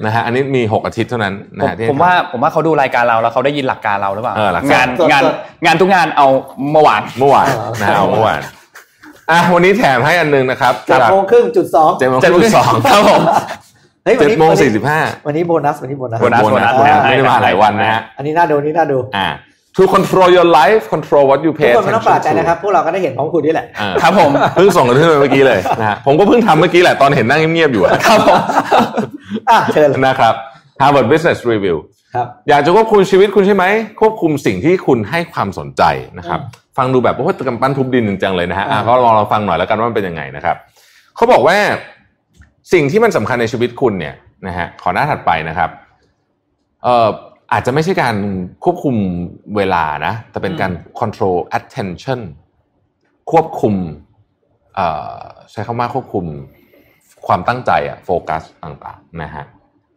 นะฮะอันนี้มีหกอาทิตย์เท่านั้นนะฮะผมว่าผมว่าเขาดูรายการเราแล้วเขาได้ยินหลักการเราหรือเปล่างานงานงานทุกงานเอาเมื่อวานเมื่อวานนะเอาเมื่อวานอ่ะวันนี้แถมให้อันนึงนะครับเจ็ดโมงครึ่งจุดสองเจ็ดโมงครึ่งจุดสองครับผมเฮ้ยเจ็ดโมงสี่สิบห้าวันนี้โบนัสวันนี้โบนัสโบนัสโบนัสไม่ได้มาหลายวันนะฮะอันนี้น่าดูนี่น่าดูอ่าto control your life control what you pay attention to ไม่ต้องปราบใจนะครับพวกเราก็ได้เห็นพร้อมคุณนี่แหละครับผมเพิ่งส่งกันขึ้นมาเมื่อกี้เลยนะฮะผมก็เพิ่งทำเมื่อกี้แหละตอนเห็นนั่งเงียบๆอยู่ครับผมอ่ะเชิญนะครับ Harvard Business Review ครับอยากจะควบคุมชีวิตคุณใช่ไหมควบคุมสิ่งที่คุณให้ความสนใจนะครับฟังดูแบบโอ้โหกำปั้นทุบดินจริงๆเลยนะฮะอ่ะก็ลองเราฟังหน่อยแล้วกันว่ามันเป็นยังไงนะครับเขาบอกว่าสิ่งที่มันสำคัญในชีวิตคุณเนี่ยนะฮะขอหน้าถัดไปนะครับเอ่ออาจจะไม่ใช่การควบคุมเวลานะแต่เป็นการ control attention ควบคุมเอ่อใช้คำว่าควบคุมความตั้งใจอะโฟกัสต่างๆนะฮะ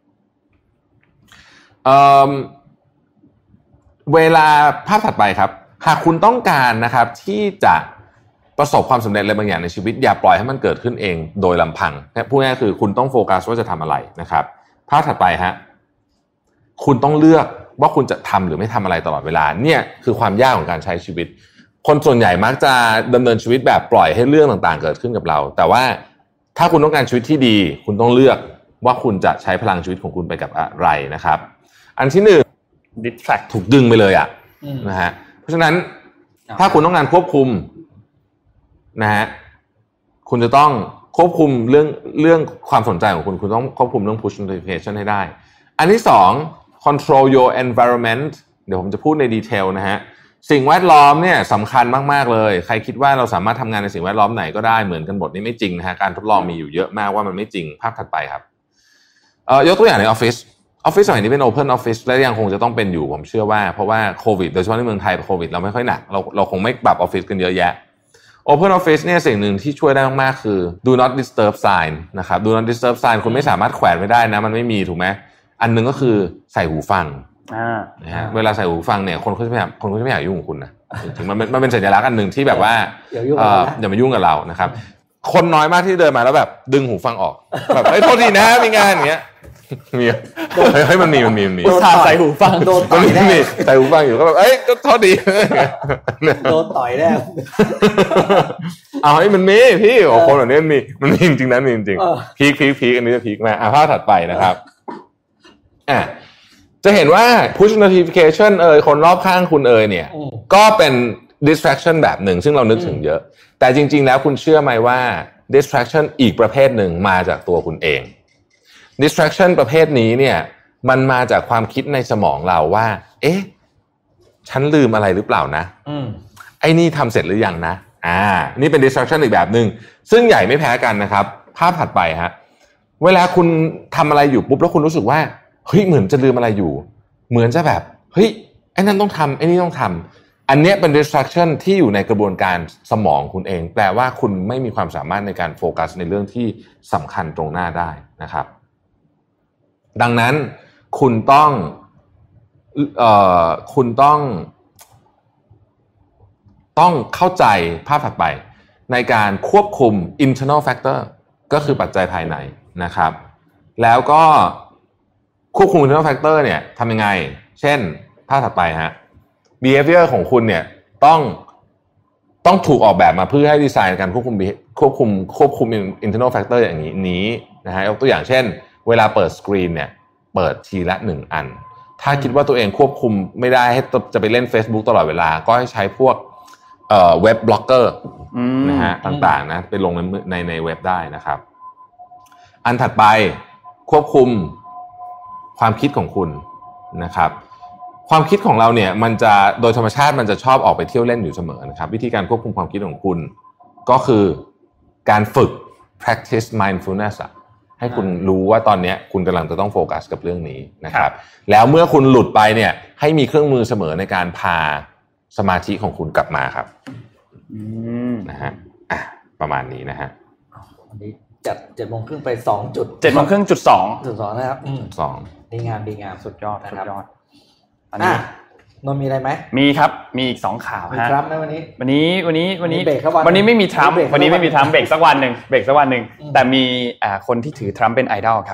เอ่อเวลาภาพถัดไปครับหากคุณต้องการนะครับที่จะประสบความสำเร็จอะไรบางอย่างในชีวิตอย่าปล่อยให้มันเกิดขึ้นเองโดยลำพังพูดง่ายๆคือคุณต้องโฟกัสว่าจะทำอะไรนะครับภาพถัดไปฮะคุณต้องเลือกว่าคุณจะทำหรือไม่ทำอะไรตลอดเวลาเนี่ยคือความยากของการใช้ชีวิตคนส่วนใหญ่มักจะดำเนินชีวิตแบบปล่อยให้เรื่องต่างๆเกิดขึ้นกับเราแต่ว่าถ้าคุณต้องการชีวิตที่ดีคุณต้องเลือกว่าคุณจะใช้พลังชีวิตของคุณไปกับอะไรนะครับอันที่หนึ่ง distract ถูกดึงไปเลยอ่ะนะฮะเพราะฉะนั้นถ้าคุณต้องการควบคุมนะฮะคุณจะต้องควบคุมเรื่องเรื่องความสนใจของคุณคุณต้องควบคุมเรื่อง push notification ให้ได้อันที่สอง control your environment เดี๋ยวผมจะพูดในดีเทลนะฮะสิ่งแวดล้อมเนี่ยสำคัญมากๆเลยใครคิดว่าเราสามารถทำงานในสิ่งแวดล้อมไหนก็ได้เหมือนกันหมดนี่ไม่จริงนะฮะการทดลองมีอยู่เยอะมากว่ามันไม่จริงภาพถัดไปครับเอ่อยกตัวอย่างในออฟฟิศออฟฟิศสมัยนี้เป็น open office และยังคงจะต้องเป็นอยู่ผมเชื่อว่าเพราะว่าโควิดโดยเฉพาะในเมืองไทยโควิดเราไม่ค่อยหนักเราเราคงไม่ปรับออฟฟิศกันเยอะแยะ Open Office เนี่ยสิ่งหนึ่งที่ช่วยได้มากๆคือ Do not disturb sign นะครับ Do not disturb sign คุณไม่สามารถแขวนไว้ได้นะมันไม่มีถูกไหมอันนึงก็คือใส่หูฟังนะฮะเวลาใส่หูฟังเนี่ยคนเขาจะไม่อยากคนเขาจะไม่อยากยุ่งกับคุณนะถึงมันมันเป็นสัญลักษณ์อันนึงที่แบบว่าอย่ามายุ่งกับเรานะครับคนน้อยมากที่เดินมาแล้วแบบดึงหูฟังออกแบบเฮ้ยโทษทีนะมีงานอย่างเงี้ยมีเฮ้ยมันมีมันมีมันมีใส่หูฟังโดนต่อยแน่ใส่หูฟังอยู่ก็แบบเอ้ยก็โทษดีโดนต่อยแน่เอาให้มันมีพี่โอ้คนแบบนี้มันมีมันมีจริงๆนะมีจริงๆพีคพีคพีคอันนี้จะพีคมาอ่ะภาพถัดไปนะครับอ่ะจะเห็นว่า push notification เอ่ยคนรอบข้างคุณเอ่ยเนี่ยก็เป็น distraction แบบหนึ่งซึ่งเรานึกถึงเยอะแต่จริงๆแล้วคุณเชื่อไหมว่า distraction อีกประเภทหนึ่งมาจากตัวคุณเองdistraction ประเภทนี้เนี่ยมันมาจากความคิดในสมองเราว่าเอ๊ะฉันลืมอะไรหรือเปล่านะไอ้นี่ทำเสร็จหรือยังนะอ่านี่เป็น distraction อีกแบบนึงซึ่งใหญ่ไม่แพ้กันนะครับภาพถัดไปฮะเวลาคุณทำอะไรอยู่ปุ๊บแล้วคุณรู้สึกว่าเฮ้ยเหมือนจะลืมอะไรอยู่เหมือนจะแบบเฮ้ยไอ้นั่นต้องทำไอ้นี่ต้องทำอันเนี้ยเป็น distraction ที่อยู่ในกระบวนการสมองคุณเองแปลว่าคุณไม่มีความสามารถในการโฟกัสในเรื่องที่สำคัญตรงหน้าได้นะครับดังนั้นคุณต้องเอ่อคุณต้องต้องเข้าใจภาพถัดไปในการควบคุม internal factor ก็คือปัจจัยภายในนะครับแล้วก็ควบคุม internal factor เนี่ยทำยังไงเช่นภาพถัดไปฮะ behavior ของคุณเนี่ยต้องต้องถูกออกแบบมาเพื่อให้ดีไซน์การควบคุมควบคุมควบคุม internal factor อย่างนี้นี้นะฮะยกตัวอย่างเช่นเวลาเปิดสกรีนเนี่ยเปิดทีละหนึ่งอันถ้าคิดว่าตัวเองควบคุมไม่ได้ให้จะไปเล่น Facebook ตลอดเวลาก็ให้ใช้พวกเอ่อเว็บบล็อกเกอร์นะฮะต่างๆนะไปลงในในในเว็บได้นะครับอันถัดไปควบคุมความคิดของคุณนะครับความคิดของเราเนี่ยมันจะโดยธรรมชาติมันจะชอบออกไปเที่ยวเล่นอยู่เสมอนะครับวิธีการควบคุมความคิดของคุณก็คือการฝึก practice mindfulness ให้คุณรู้ว่าตอนนี้คุณกำลังจะต้องโฟกัสกับเรื่องนี้นะครับแล้วเมื่อคุณหลุดไปเนี่ยให้มีเครื่องมือเสมอในการพาสมาธิของคุณกลับมาครับนะฮะอ่ะประมาณนี้นะฮะวันนี้จัดเจ็ดโมงครึ่งไปสองจุดเจ็ดโมงครึ่งจุดสองจุดสองนะครับสองดีงามดีงามสุดยอดสุดยอดอันนี้นนมีอะไรไหมมีครับมีอีกสองข่าวฮะมีทรัมป์ไหมวันนี้วันนี้วันนี้วันนี้วันนี้ไม่มีทรัมป์วันนี้ไม่มีทรัมป์เบรกสักวันหนึ่งเบรกสักวันหนึ่งแต่มีอ่าคนที่ถือทรัมป์เป็นไอดอลครับ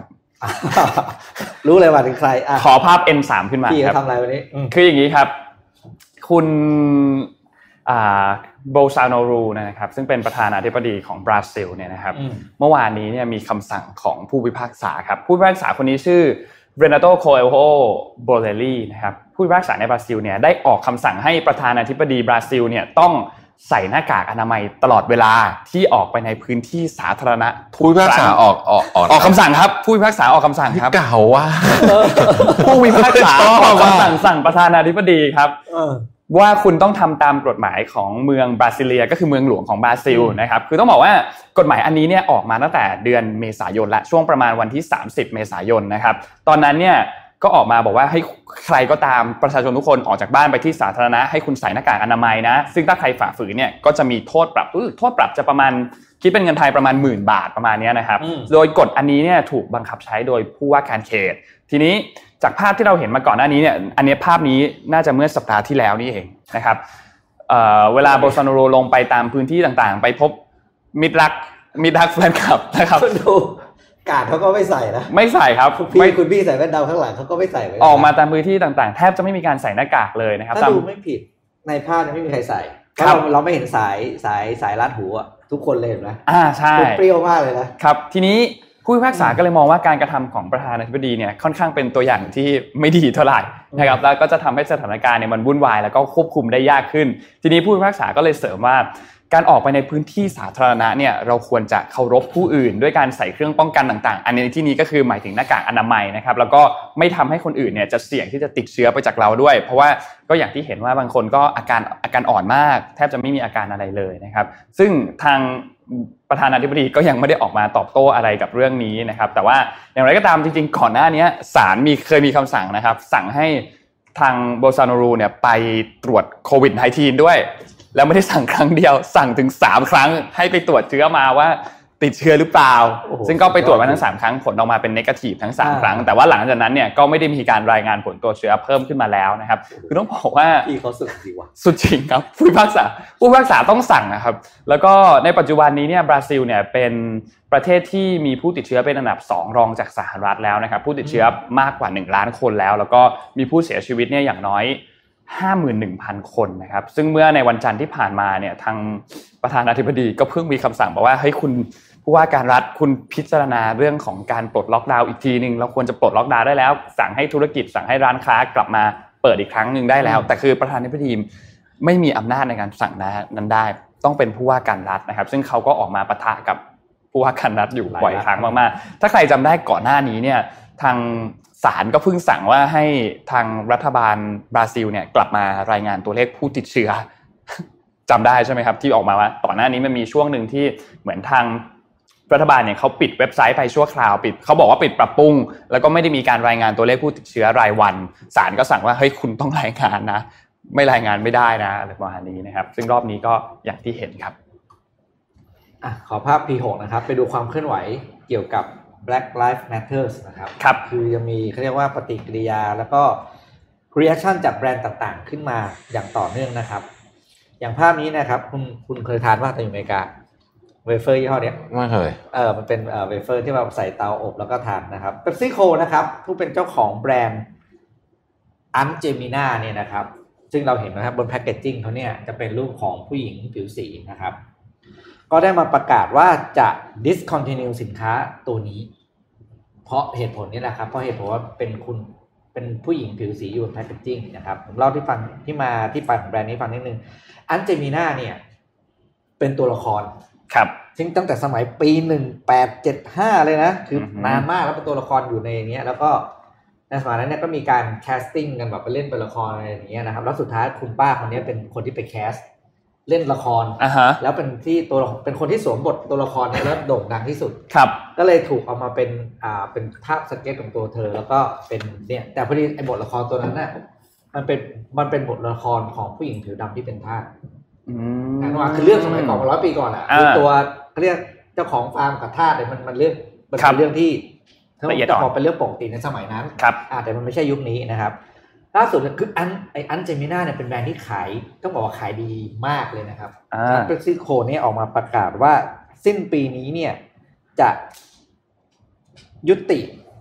รู้เลยว่าเป็นใครอ่ะขอภาพ เอ็น สาม ขึ้นมาพี่ครับทำอะไรวันนี้คืออย่างนี้ครับคุณอ่าโบซาโนรูนะครับซึ่งเป็นประธานาธิบดีของบราซิลเนี่ยนะครับเมื่อวานนี้เนี่ยมีคำสั่งของผู้พิพากษาครับผู้พิพากษาคนนี้ชื่อเรนาโตโคเอลโฮโบเลลีนะครับผู้พิพากษาในบราซิลเนี่ยได้ออกคำสั่งให้ประธานาธิบดีบราซิลเนี่ยต้องใส่หน้ากากอนามัยตลอดเวลาที่ออกไปในพื้นที่สาธารณะผู้พิพากษาออกออกออกคำสั่งครับผู้พิพากษาออกคำสั่งครับเก่าว่าผู้พิพากษาออกคำสั่งสั่งประธานาธิบดีครับว่าคุณต้องทำตามกฎหมายของเมืองบราซิเลียก็คือเมืองหลวงของบราซิลนะครับคือต้องบอกว่ากฎหมายอันนี้เนี่ยออกมาตั้งแต่เดือนเมษายนละช่วงประมาณวันที่สามสิบเมษายนนะครับตอนนั้นเนี่ยก็ออกมาบอกว่าให้ใครก็ตามประชาชนทุกคนออกจากบ้านไปที่สาธารณะให้คุณใส่หน้ากากอนามัยนะซึ่งถ้าใครฝ่าฝืนเนี่ยก็จะมีโทษปรับโทษปรับจะประมาณคิดเป็นเงินไทยประมาณหมื่นบาทประมาณนี้นะครับโดยกฎอันนี้เนี่ยถูกบังคับใช้โดยผู้ว่าการเขตทีนี้จากภาพที่เราเห็นมาก่อนหน้านี้เนี่ยอันนี้ภาพนี้น่าจะเมื่อสัปดาห์ที่แล้วนี่เองนะครับ เอ่อเวลาโบซาโนโรลงไปตามพื้นที่ต่างๆไปพบมิตรรักมิตรรักแฟนคลับนะครับดูกาดเขาก็ไม่ใส่นะไม่ใส่ครับพี่คุณพี่ใส่แว่นดำข้างหลังเขาก็ไม่ใส่ออกมาตามพื้นที่ต่างๆแทบจะไม่มีการใส่หน้ากากเลยนะครับถ้าดูไม่ผิดในภาพเนี่ยไม่มีใครใส่เราเราไม่เห็นสายสายสายรัดหูอ่ะทุกคนเลยเห็นไหมอ่าใช่เปรี้ยวมากเลยนะครับทีนี้ผู้พิพากษาก็เลยมองว่าการกระทำของประธานาธิบดีเนี่ยค่อนข้างเป็นตัวอย่างที่ไม่ดีเท่าไหร่นะครับแล้วก็จะทำให้สถานการณ์เนี่ยมันวุ่นวายแล้วก็ควบคุมได้ยากขึ้นทีนี้ผู้พิพากษาก็เลยเสริมว่าการออกไปในพื้นที่สาธารณะเนี่ยเราควรจะเคารพผู้อื่นด้วยการใส่เครื่องป้องกันต่างๆอันในที่นี้ก็คือหมายถึงหน้ากากอนามัยนะครับแล้วก็ไม่ทำให้คนอื่นเนี่ยจะเสี่ยงที่จะติดเชื้อไปจากเราด้วยเพราะว่าก็อย่างที่เห็นว่าบางคนก็อาการอาการอ่อนมากแทบจะไม่มีอาการอะไรเลยนะครับซึ่งทางประธานาธิบดีก็ยังไม่ได้ออกมาตอบโต้อะไรกับเรื่องนี้นะครับแต่ว่าอย่างไรก็ตามจริงๆก่อนหน้านี้ศาลมีเคยมีคำสั่งนะครับสั่งให้ทางโบซาโนรูเนี่ยไปตรวจโควิด สิบเก้า ด้วยแล้วไม่ได้สั่งครั้งเดียวสั่งถึงสามครั้งให้ไปตรวจเชื้อมาว่าติดเชื้อหรือเปล่าซึ่งก็ไปตรวจมาทั้งสามครั้งผลออกมาเป็นเนกาทีฟทั้งสามครั้งแต่ว่าหลังจากนั้นเนี่ยก็ไม่ได้มีการรายงานผลตรวจเชื้อเพิ่มขึ้นมาแล้วนะครับคือต้องบอกว่าพี่เขาสุดจริงว่ะสุดจริงครับผู้พิพากษาผู้พิพากษาต้องสั่งนะครับแล้วก็ในปัจจุบันนี้เนี่ยบราซิลเนี่ยเป็นประเทศที่มีผู้ติดเชื้อเป็นอันดับสองรองจากสหรัฐแล้วนะครับผู้ติดเชื้อมากกว่าหนึ่งล้านคนแล้วแล้วก็มีผู้เสียชีวิตเนี่ยอย่างน้อยห้าหมื่นหนึ่งพัน คนนะครับซึ่งเมื่อในวันจันทร์ที่ผ่านมาเนี่ยทางประธานาธิบดีก็เพิ่งมีคำสั่งบอกว่าเฮ้ยคุณผู้ว่าการรัฐคุณพิจารณาเรื่องของการปลดล็อกดาวน์อีกทีนึงเราควรจะปลดล็อกดาวน์ได้แล้วสั่งให้ธุรกิจสั่งให้ร้านค้ากลับมาเปิดอีกครั้งนึงได้แล้วแต่คือประธานาธิบดีไม่มีอำนาจในการสั่งนั้นได้ต้องเป็นผู้ว่าการรัฐนะครับซึ่งเขาก็ออกมาปะทะกับผู้ว่าการรัฐอยู่บ่อยครั้งมากๆถ้าใครจำได้ก่อนหน้านี้เนี่ยทางศาลก็เพิ่งสั่งว่าให้ทางรัฐบาลบราซิลเนี่ยกลับมารายงานตัวเลขผู้ติดเชื้อจำได้ใช่ไหมครับที่ออกมาว่าก่อนหน้านี้มันมีช่วงนึงที่เหมือนทางรัฐบาลเนี่ยเขาปิดเว็บไซต์ไปชั่วคราวปิดเขาบอกว่าปิดปรับปรุงแล้วก็ไม่ได้มีการรายงานตัวเลขผู้ติดเชื้อรายวันศาลก็สั่งว่าเฮ้ยคุณต้องรายงานนะไม่รายงานไม่ได้นะอะไรประมาณนี้นะครับซึ่งรอบนี้ก็อย่างที่เห็นครับอ่ะขอภาพ พี หก นะครับไปดูความเคลื่อนไหวเกี่ยวกับBlack Lives Matters นะครับครับคือยังมีเขาเรียกว่าปฏิกิริยาแล้วก็ reaction จากแบรนด์ต่างๆขึ้นมาอย่างต่อเนื่องนะครับอย่างภาพนี้นะครับคุณคุณเคยทานว่าในอเมริกาเวเฟอร์ยี่ห้อเนี้ยไม่เคยเออมันเป็นเอ่อเวเฟอร์ที่เราใส่เตาอบแล้วก็ทานนะครับเป๊ปซี่โคนะครับผู้เป็นเจ้าของแบรนด์อันเจมิน่าเนี่ยนะครับซึ่งเราเห็นนะครับบนแพคเกจจิ้งเขาเนี่ยจะเป็นรูปของผู้หญิงผิวสีนะครับก็ได้มาประกาศว่าจะ discontinue สินค้าตัวนี้เพราะเหตุผลนี้แหละครับเพราะเหตุผลว่าเป็นคุณเป็นผู้หญิงผิวสีอยู่บนแพคเกจจิ้งนะครับผมเล่าที่ฟังที่มาที่ไปของแบรนด์นี้ฟังนิดนึงอันเจมิน่าเนี่ยเป็นตัวละครครับซึ่งตั้งแต่สมัยปีหนึ่งพันแปดร้อยเจ็ดสิบห้าเลยนะคือนานมากแล้วเป็นตัวละครอยู่ในนี้แล้วก็ในสมัยนั้นเนี่ยก็มีการแคสติ้งกันแบบไปเล่นเป็นละครอะไรอย่างเงี้ยนะครับแล้วสุดท้ายคุณป้าคนนี้เป็นคนที่ไปแคสเล่นละคร uh-huh. แล้วเป็นที่ตัวเป็นคนที่สวมบทตัวละครนี้แล้วโด่งดังที่สุดครับก็เลยถูกเอามาเป็นอ่าเป็นภาพสเก็ตของตัวเธอแล้วก็เป็นเนี่ยแต่พอดีไอ้บทละครตัวนั้นน่ะมันเป็นมันเป็นบทละครของผู้หญิงผิวดำที่เป็นทาสอืมนั่นว่าคือเรื่องสมัยก่อนมาร้อยปีก่อนอ่ะคือตัวเขาเรียกเจ้าของฟาร์มกับทาสเนี่ยมันมันเรื่องมันเป็นเรื่องที่ละเอียดอ่อนเป็นเรื่องปกติในสมัยนั้นอ่าแต่มันไม่ใช่ยุคนี้นะครับล่าสุดคืออันไออันเจมิน่าเนี่ยเป็นแบรนด์ที่ขายต้องบอกว่าขายดีมากเลยนะครับเป๊ปซี่โคเนี่ยออกมาประกาศว่าสิ้นปีนี้เนี่ยจะยุติ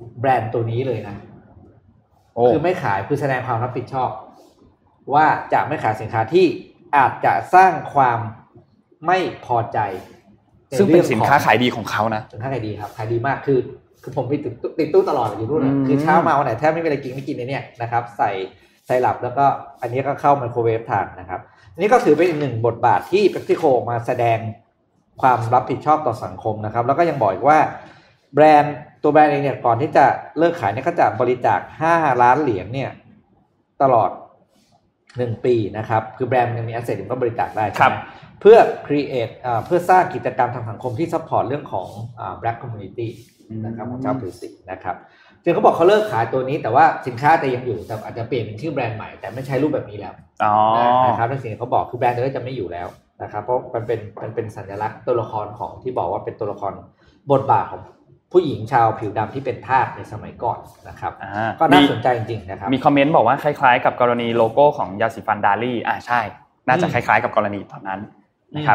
แบรนด์ตัวนี้เลยนะคือไม่ขายคือแสดงความรับผิดชอบว่าจะไม่ขายสินค้าที่อาจจะสร้างความไม่พอใจซึ่งเป็นสินค้าขายดีของเขานะสินค้าขายดีครับขายดีมากคือคือผมมีติดติดตู้ตลอดอยู่รุ่นคือเช้ามาวันไหนแทบไม่มีอะไรกินไม่กินในเนี่ยนะครับใส่ใส่หลับแล้วก็อันนี้ก็เข้าไมโครเวฟทานนะครับอันนี้ก็ถือเป็นอีกหนึ่งบทบาทที่เปปซี่โคมาแสดงความรับผิดชอบต่อสังคมนะครับแล้วก็ยังบอกอีกว่าแบรนด์ตัวแบรนด์เองเนี่ยก่อนที่จะเลิกขายเนี่ยก็จะบริจาคห้าล้านเหรียญเนี่ยตลอดหนึ่งปีนะครับคือแบรนด์มันมีแอสเซทก็บริจาคได้ใช่ไหมเพื่อ create อ่าเพื่อสร้างกิจกรรมทางสังคมที่ซัพพอร์ตเรื่องของอ่า black community นะครับของชาวผิวสีนะครับซึ่งเขาบอกเขาเลิกขายตัวนี้แต่ว่าสินค้าแต่ยังอยู่แต่อาจจะเปลี่ยนเป็นชื่อแบรนด์ใหม่แต่ไม่ใช้รูปแบบนี้แล้วนะครับนั่นสิ่งที่เขาบอกคือแบรนด์นี้จะไม่อยู่แล้วนะครับเพราะมันเป็นมันเป็นสัญลักษณ์ตัวละครของที่บอกว่าเป็นตัวละครบทบาทของผู้หญิงชาวผิวดำที่เป็นทาสในสมัยก่อนนะครับก็น่าสนใจจริงๆนะครับมีคอมเมนต์บอกว่าคล้ายๆกับกรณีโลโก้ของยาสีฟันดาลี่อ่าใช่น่าจะคล้ายๆกับกรณีตอนนั้นนะครับ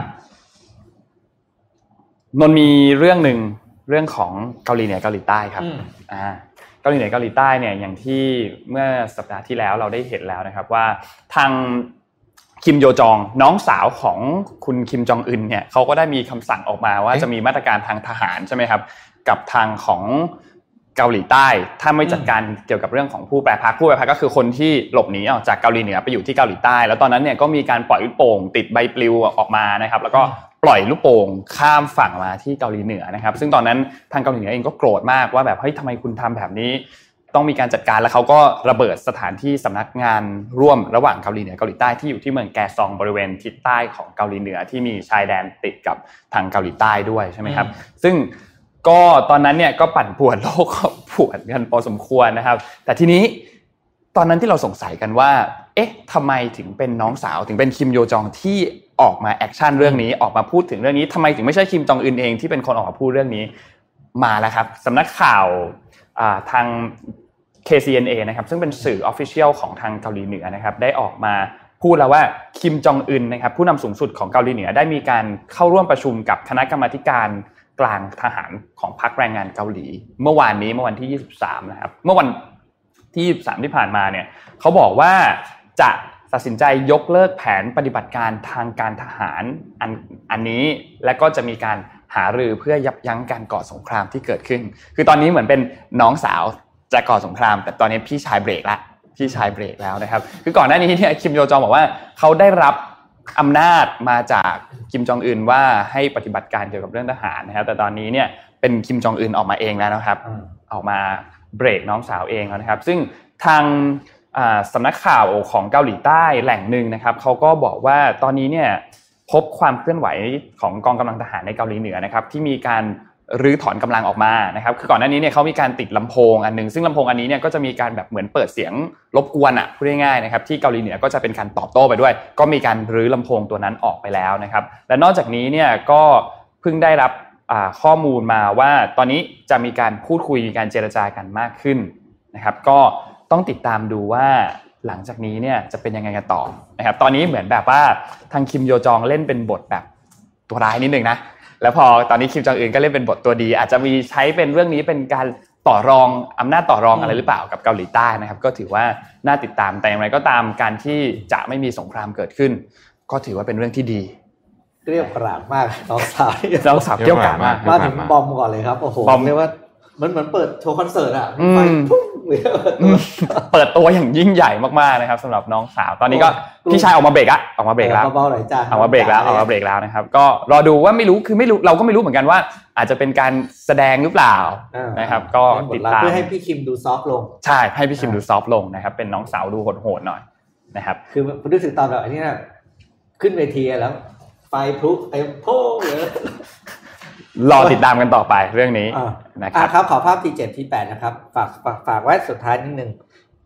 นนมีเรื่องนึงเรื่องของเกาหลีเหนือเกาหลีใต้ครับอ่าเกาหลีเหนือเกาหลีใต้เนี่ยอย่างที่เมื่อสัปดาห์ที่แล้วเราได้เห็นแล้วนะครับว่าทางคิมโยจองน้องสาวของคุณคิมจองอึนเนี่ยเขาก็ได้มีคำสั่งออกมาว่าจะมีมาตรการทางทหารใช่ไหมครับกับทางของเกาหลีใต้ถ้าไม่จัดการเกี่ยวกับเรื่องของผู้แปรพักผู้แปรพักก็คือคนที่หลบหนีออกจากเกาหลีเหนือไปอยู่ที่เกาหลีใต้แล้วตอนนั้นเนี่ยก็มีการปล่อยลูกโป่งติดใบปลิวออกมานะครับแล้วก็ปล่อยลูกโป่งข้ามฝั่งมาที่เกาหลีเหนือนะครับซึ่งตอนนั้นทางเกาหลีเหนือเองก็โกรธมากว่าแบบเฮ้ยทำไมคุณทำแบบนี้ต้องมีการจัดการแล้วเขาก็ระเบิดสถานที่สำนักงานร่วมระหว่างเกาหลีเหนือเกาหลีใต้ที่อยู่ที่เมืองแกซองบริเวณทิศใต้ของเกาหลีเหนือที่มีชายแดนติดกับทางเกาหลีใต้ด้วยใช่ไหมครับซึ่งก็ตอนนั้นเนี่ยก็ปั่นป่วนโลกก็ป่วนกันพอสมควรนะครับแต่ทีนี้ตอนนั้นที่เราสงสัยกันว่าเอ๊ะทำไมถึงเป็นน้องสาวถึงเป็นคิมโยจองที่ออกมาแอคชั่นเรื่องนี้ออกมาพูดถึงเรื่องนี้ทำไมถึงไม่ใช่คิมจองอึนเองที่เป็นคนออกมาพูดเรื่องนี้มาแล้วครับสำนักข่าวทาง เค ซี เอ็น เอ นะครับซึ่งเป็นสื่อ official ของทางเกาหลีเหนือนะครับได้ออกมาพูดแล้วว่าคิมจองอึนนะครับผู้นำสูงสุดของเกาหลีเหนือได้มีการเข้าร่วมประชุมกับคณะกรรมาธิการกลางทหารของพรรคแรงงานเกาหลีเมื่อวานนี้เมื่อวันที่ยี่สิบสามนะครับเมื่อวันที่ยี่สิบสามที่ผ่านมาเนี่ยเขาบอกว่าจะตัดสินใจยกเลิกแผนปฏิบัติการทางการทหารอันอันนี้และก็จะมีการหารือเพื่อยับยั้งการก่อสงครามที่เกิดขึ้นคือตอนนี้เหมือนเป็นน้องสาวจะก่อสงครามแต่ตอนนี้พี่ชายเบรกละพี่ชายเบรกแล้วนะครับคือก่อนหน้านี้เนี่ยคิมโยจองบอกว่าเขาได้รับอำนาจมาจากคิมจองอึนว่าให้ปฏิบัติการเกี่ยวกับเรื่องทหารนะครับแต่ตอนนี้เนี่ยเป็นคิมจองอึนออกมาเองแล้วนะครับออกมาเบรกน้องสาวเองแล้วนะครับซึ่งทางสำนักข่าวของเกาหลีใต้แหล่งหนึ่งนะครับเขาก็บอกว่าตอนนี้เนี่ยพบความเคลื่อนไหวของกองกำลังทหารในเกาหลีเหนือนะครับที่มีการรื้อถอนกำลังออกมานะครับคือก่อนหน้านี้เนี่ยเขามีการติดลำโพงอันนึงซึ่งลำโพงอันนี้เนี่ยก็จะมีการแบบเหมือนเปิดเสียงรบกวนอ่ะพูดง่ายๆนะครับที่เกาหลีเหนือก็จะเป็นการตอบโต้ไปด้วยก็มีการรื้อลำโพงตัวนั้นออกไปแล้วนะครับและนอกจากนี้เนี่ยก็เพิ่งได้รับข้อมูลมาว่าตอนนี้จะมีการพูดคุยมีการเจรจากันมากขึ้นนะครับก็ต้องติดตามดูว่าหลังจากนี้เนี่ยจะเป็นยังไงกันต่อนะครับตอนนี้เหมือนแบบว่าทางคิมโยจองเล่นเป็นบทแบบตัวร้ายนิดนึงนะแล้วพอตอนนี้คิมจองอึนก็เล่นเป็นบทตัวดีอาจจะมีใช้เป็นเรื่องนี้เป็นการต่อรองอำนาจต่อรองอะไรหรือเปล่ากับเกาหลีใต้นะครับก็ถือว่าน่าติดตามแต่อย่างไรก็ตามการที่จะไม่มีสงครามเกิดขึ้นก็ถือว่าเป็นเรื่องที่ดีเรียบกราดมากน้องสาวน้องสาวเกี่ยวกาดมากมาถึงบอมก่อนเลยครับโอ้โหบอมเรียกว่ามันเหมือนเปิดโชว์คอนเสิร์ตอ่ะไฟพุ่งเปิดตัวอย่างยิ่งใหญ่มากๆนะครับสำหรับน้องสาวตอนนี้ก็พี่ชายออกมาเบรกละออกมาเบรกแล้วเบาๆหน่อยจ้าออกมาเบรกแล้วออกมาเบรกแล้วนะครับก็รอดูว่าไม่รู้คือไม่รู้เราก็ไม่รู้เหมือนกันว่าอาจจะเป็นการแสดงหรือเปล่านะครับก็ติดตามเพื่อให้พี่คิมดูซอฟต์ลงใช่ให้พี่คิมดูซอฟต์ลงนะครับเป็นน้องสาวดูโหดๆหน่อยนะครับคือผมนึกถึงตอนแบบอันนี้นะขึ้นเวทีแล้วไฟพลุเต็มโพ่เลยรอติดตามกันต่อไปเรื่องนี้นะครับครับขอภาพที่เจ็ดที่แปดนะครับฝากฝากฝากไว้สุดท้ายนิดนึง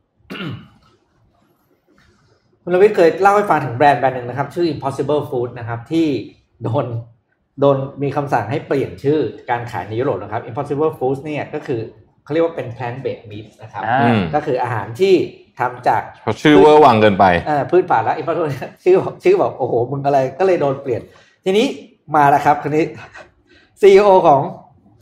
คุณลวิทย์เคยเล่าให้ฟังถึงแบรนด์แบรนด์หนึ่งนะครับชื่อ Impossible Food นะครับที่โดนโดนมีคำสั่งให้เปลี่ยนชื่อการขายในยุโรปนะครับ Impossible Foods เนี่ยก็คือเขาเรียกว่าเป็น plant based meat นะครับก็คืออาหารที่ทำจากชื่อเวอร์วังเกินไปพืชป่าแล้ว Impossible ชื่อชื่อแบบโอ้โหมึงอะไรก็เลยโดนเปลี่ยนทีนี้มาแล้วครับคนนี้ซี อี โอ ของ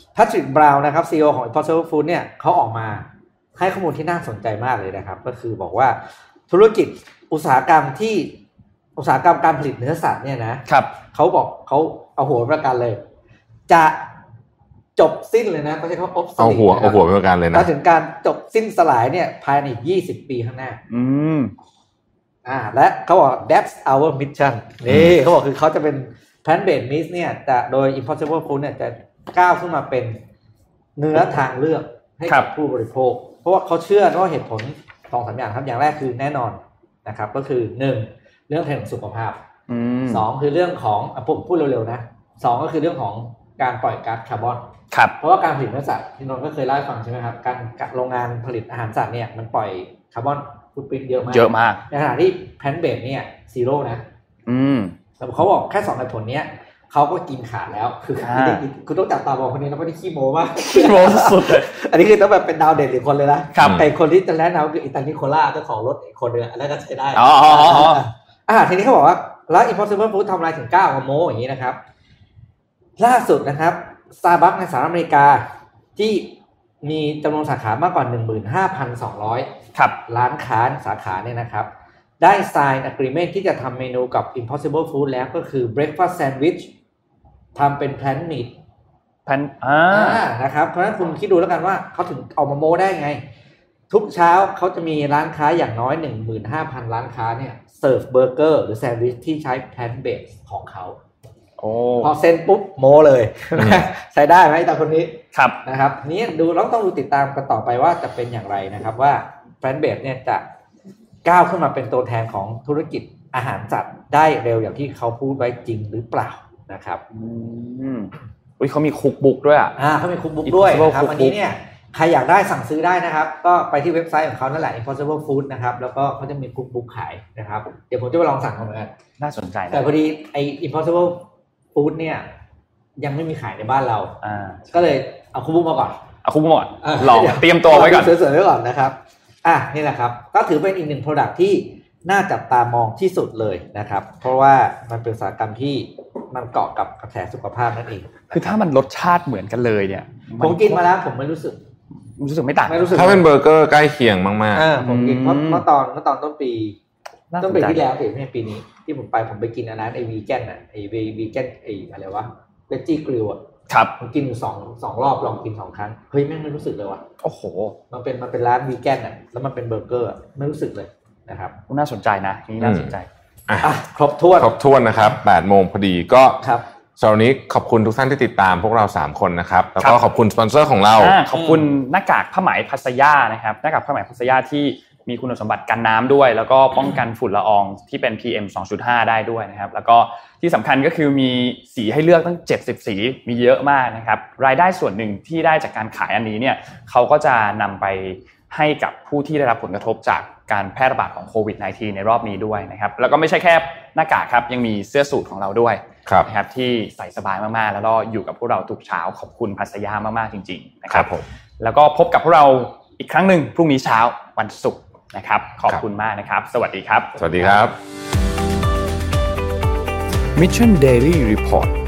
แพทริกบราวน์นะครับ ซี อี โอ ของ Impossible Food เนี่ยเขาออกมาให้ข้อมูลที่น่าสนใจมากเลยนะครับก็คือบอกว่าธุรกิจอุตสาหกรรมที่อุตสาหกรรมการผลิตเนื้อสัตว์เนี่ยนะครับเขาบอกเขาเอาหัวประกันเลยจะจบสิ้นเลยนะเขาใช้คำว่า obsolete เอาหัวเอาหัวประกันเลยนะถึงการจบสิ้นสลายเนี่ยภายในอีกยี่สิบปีข้างหน้าอืมอ่าและเขาบอก that's our mission นี่เขาบอกคือเขาจะเป็น plant based meat เนี่ยแต่โดย Impossible Food เนี่ยจะก้าวขึ้นมาเป็นเนื้อทางเลือกให้กับผู้บริโภคเพราะว่าเขาเชื่อว่าเหตุผลสองสามอย่างครับอย่างแรกคือแน่นอนนะครับก็คือหนึ่งเรื่องของสุขภาพสองคือเรื่องของผมพูดเร็วๆนะสองก็คือเรื่องของการปล่อยก๊าซคาร์บอนเพราะว่าการผลิตเนื้อสัตว์ที่นนท์ก็เคยเล่าให้ฟังใช่ไหมครับการโรงงานผลิตอาหารสัตว์เนี่ยมันปล่อยคาร์บอนฟุตปรินท์เยอะมากเยอะมากในขณะที่แพลนท์เบสเนี่ยซีโร่นะอืมแต่เขาบอกแค่สองเหตุผลเนี้ยเขาก็กินขาดแล้วคือคุณต้องจับตามองคนนี้แล้วไม่ได้ขี้โม้มากขี้โม้สุดเลยอันนี้คือต้องแบบเป็นดาวเด่นอีกคนเลยนะแต่คนที่จะแนะนำคืออิตานิโคล่าเจ้าของรถอีกคนนึงอันนั้นก็ใช้ได้อ๋ออ่าทีนี้เขาบอกว่าแล้ว Impossible Food ทำอะไรถึงกล้ามาโม้อย่างนี้นะครับล่าสุดนะครับ Starbucks ในสหรัฐอเมริกาที่มีจำนวนสาขามากกว่า หนึ่งหมื่นห้าพันสองร้อยครับร้านค้าสาขาเนี่ยนะครับได้ sign agreement ที่จะทำเมนูกับ Impossible Food แล้วก็คือ breakfast sandwich ทำเป็น plant meat แพนอ่านะครับเพราะฉะนั้นคุณคิดดูแล้วกันว่าเขาถึงเอามาโม้ได้ไงทุกเช้าเขาจะมีร้านค้าอย่างน้อย หนึ่งหมื่นห้าพัน ร้านค้าเนี่ยเสิร์ฟเบอร์เกอร์หรือแซนด์วิชที่ใช้ plant based ของเขาโอ้พอเซ็นปุ๊บโม้เลยใช้ได้ไหมตาคนนี้ครับนะครับนี้ดูเราต้องดูติดตามกันต่อไปว่าจะเป็นอย่างไรนะครับว่า plant based เนี่ยจะก้าวขึ้นมาเป็นตัวแทนของธุรกิจอาหารสัตว์ได้เร็วอย่างที่เขาพูดไว้จริงหรือเปล่านะครับอืมอุ้ยเขามีคุกบุ๊กด้วยอ่ะอ่าเขามีคุกบุ๊กด้วยนะครับวันนี้เนี่ยใครอยากได้สั่งซื้อได้นะครับก็ไปที่เว็บไซต์ของเขานั่นแหละ Impossible Food นะครับแล้วก็เขาจะมีคุกบุ๊กขายนะครับเดี๋ยวผมจะไปลองสั่งกันเหมือนกันน่าสนใจนะแต่พอดีไอ้ Impossible Food เนี่ยยังไม่มีขายในบ้านเราอ่าก็เลยเอาคุกบุ๊กมาก่อนเอาคุกบุ๊กมาก่อนลองเตรียมตัวไว้ก่อนสวยๆไว้ก่อนนะครับอ่ะนี่แหละครับก็ถือเป็นอีกหนึ่ง product ที่น่าจับตามองที่สุดเลยนะครับเพราะว่ามันเป็นอุตสาหกรรมที่มันเกาะกับกระแสสุขภาพนั่นเองคือถ้ามันรสชาติเหมือนกันเลยเนี่ยผมกินมาแล้วผมไม่รู้สึกรู้สึกไม่ต่างถ้าเป็นเบอร์เกอร์ใกล้เคียงมากๆอ่าผมกินเมื่อเมื่อตอนเมื่อตอนต้นปีต้นปีที่แล้วสิไม่ใช่ปีนี้ที่ผมไปผมไปกินอันนั้นไอ้วีแกนอ่ะไอ้วีแกนไอ้อะไรวะเวจจี้กริลอ่ะครับผมกินอยู่สอง สองรอบลองกินสองครั้งเฮ้ยแม่งไม่รู้สึกเลยว่ะโอ้โหมันเป็นมันเป็นร้านวีแกนอ่ะแล้วมันเป็นเบอร์เกอร์ไม่รู้สึกเลยนะครับน่าสนใจนะนี่น่าสนใจอ่ะครบถ้วนครบถ้วนนะครับแปดโมงพอดีก็ครับสำหรับนี้ขอบคุณทุกท่านที่ติดตามพวกเราสามคนนะครับแล้วก็ขอบคุณสปอนเซอร์ของเราขอบคุณหน้ากากผ้าไหมพัสยานะครับหน้ากากผ้าไหมพัสยาที่มีคุณสมบัติกันน้ำด้วยแล้วก็ป้องกันฝุ่นละอองที่เป็น พี เอ็ม สองจุดห้า ได้ด้วยนะครับแล้วก็ที่สำคัญก็คือมีสีให้เลือกตั้งเจ็ดสิบสีมีเยอะมากนะครับรายได้ส่วนหนึ่งที่ได้จากการขายอันนี้เนี่ยเขาก็จะนำไปให้กับผู้ที่ได้รับผลกระทบจากการแพร่ระบาดของโควิด สิบเก้า ในรอบนี้ด้วยนะครับแล้วก็ไม่ใช่แค่หน้ากากครับยังมีเสื้อสูทของเราด้วยนะครับที่ใส่สบายมากๆแล้วก็อยู่กับพวกเราทุกเช้าขอบคุณพัสยามากๆจริงๆนะครับผมแล้วก็พบกับพวกเราอีกครั้งนึงพรุ่งนี้เช้าวันศุกร์นะครับขอบคุณมากนะครับสวัสดีครับสวัสดีครับ Mission Daily Report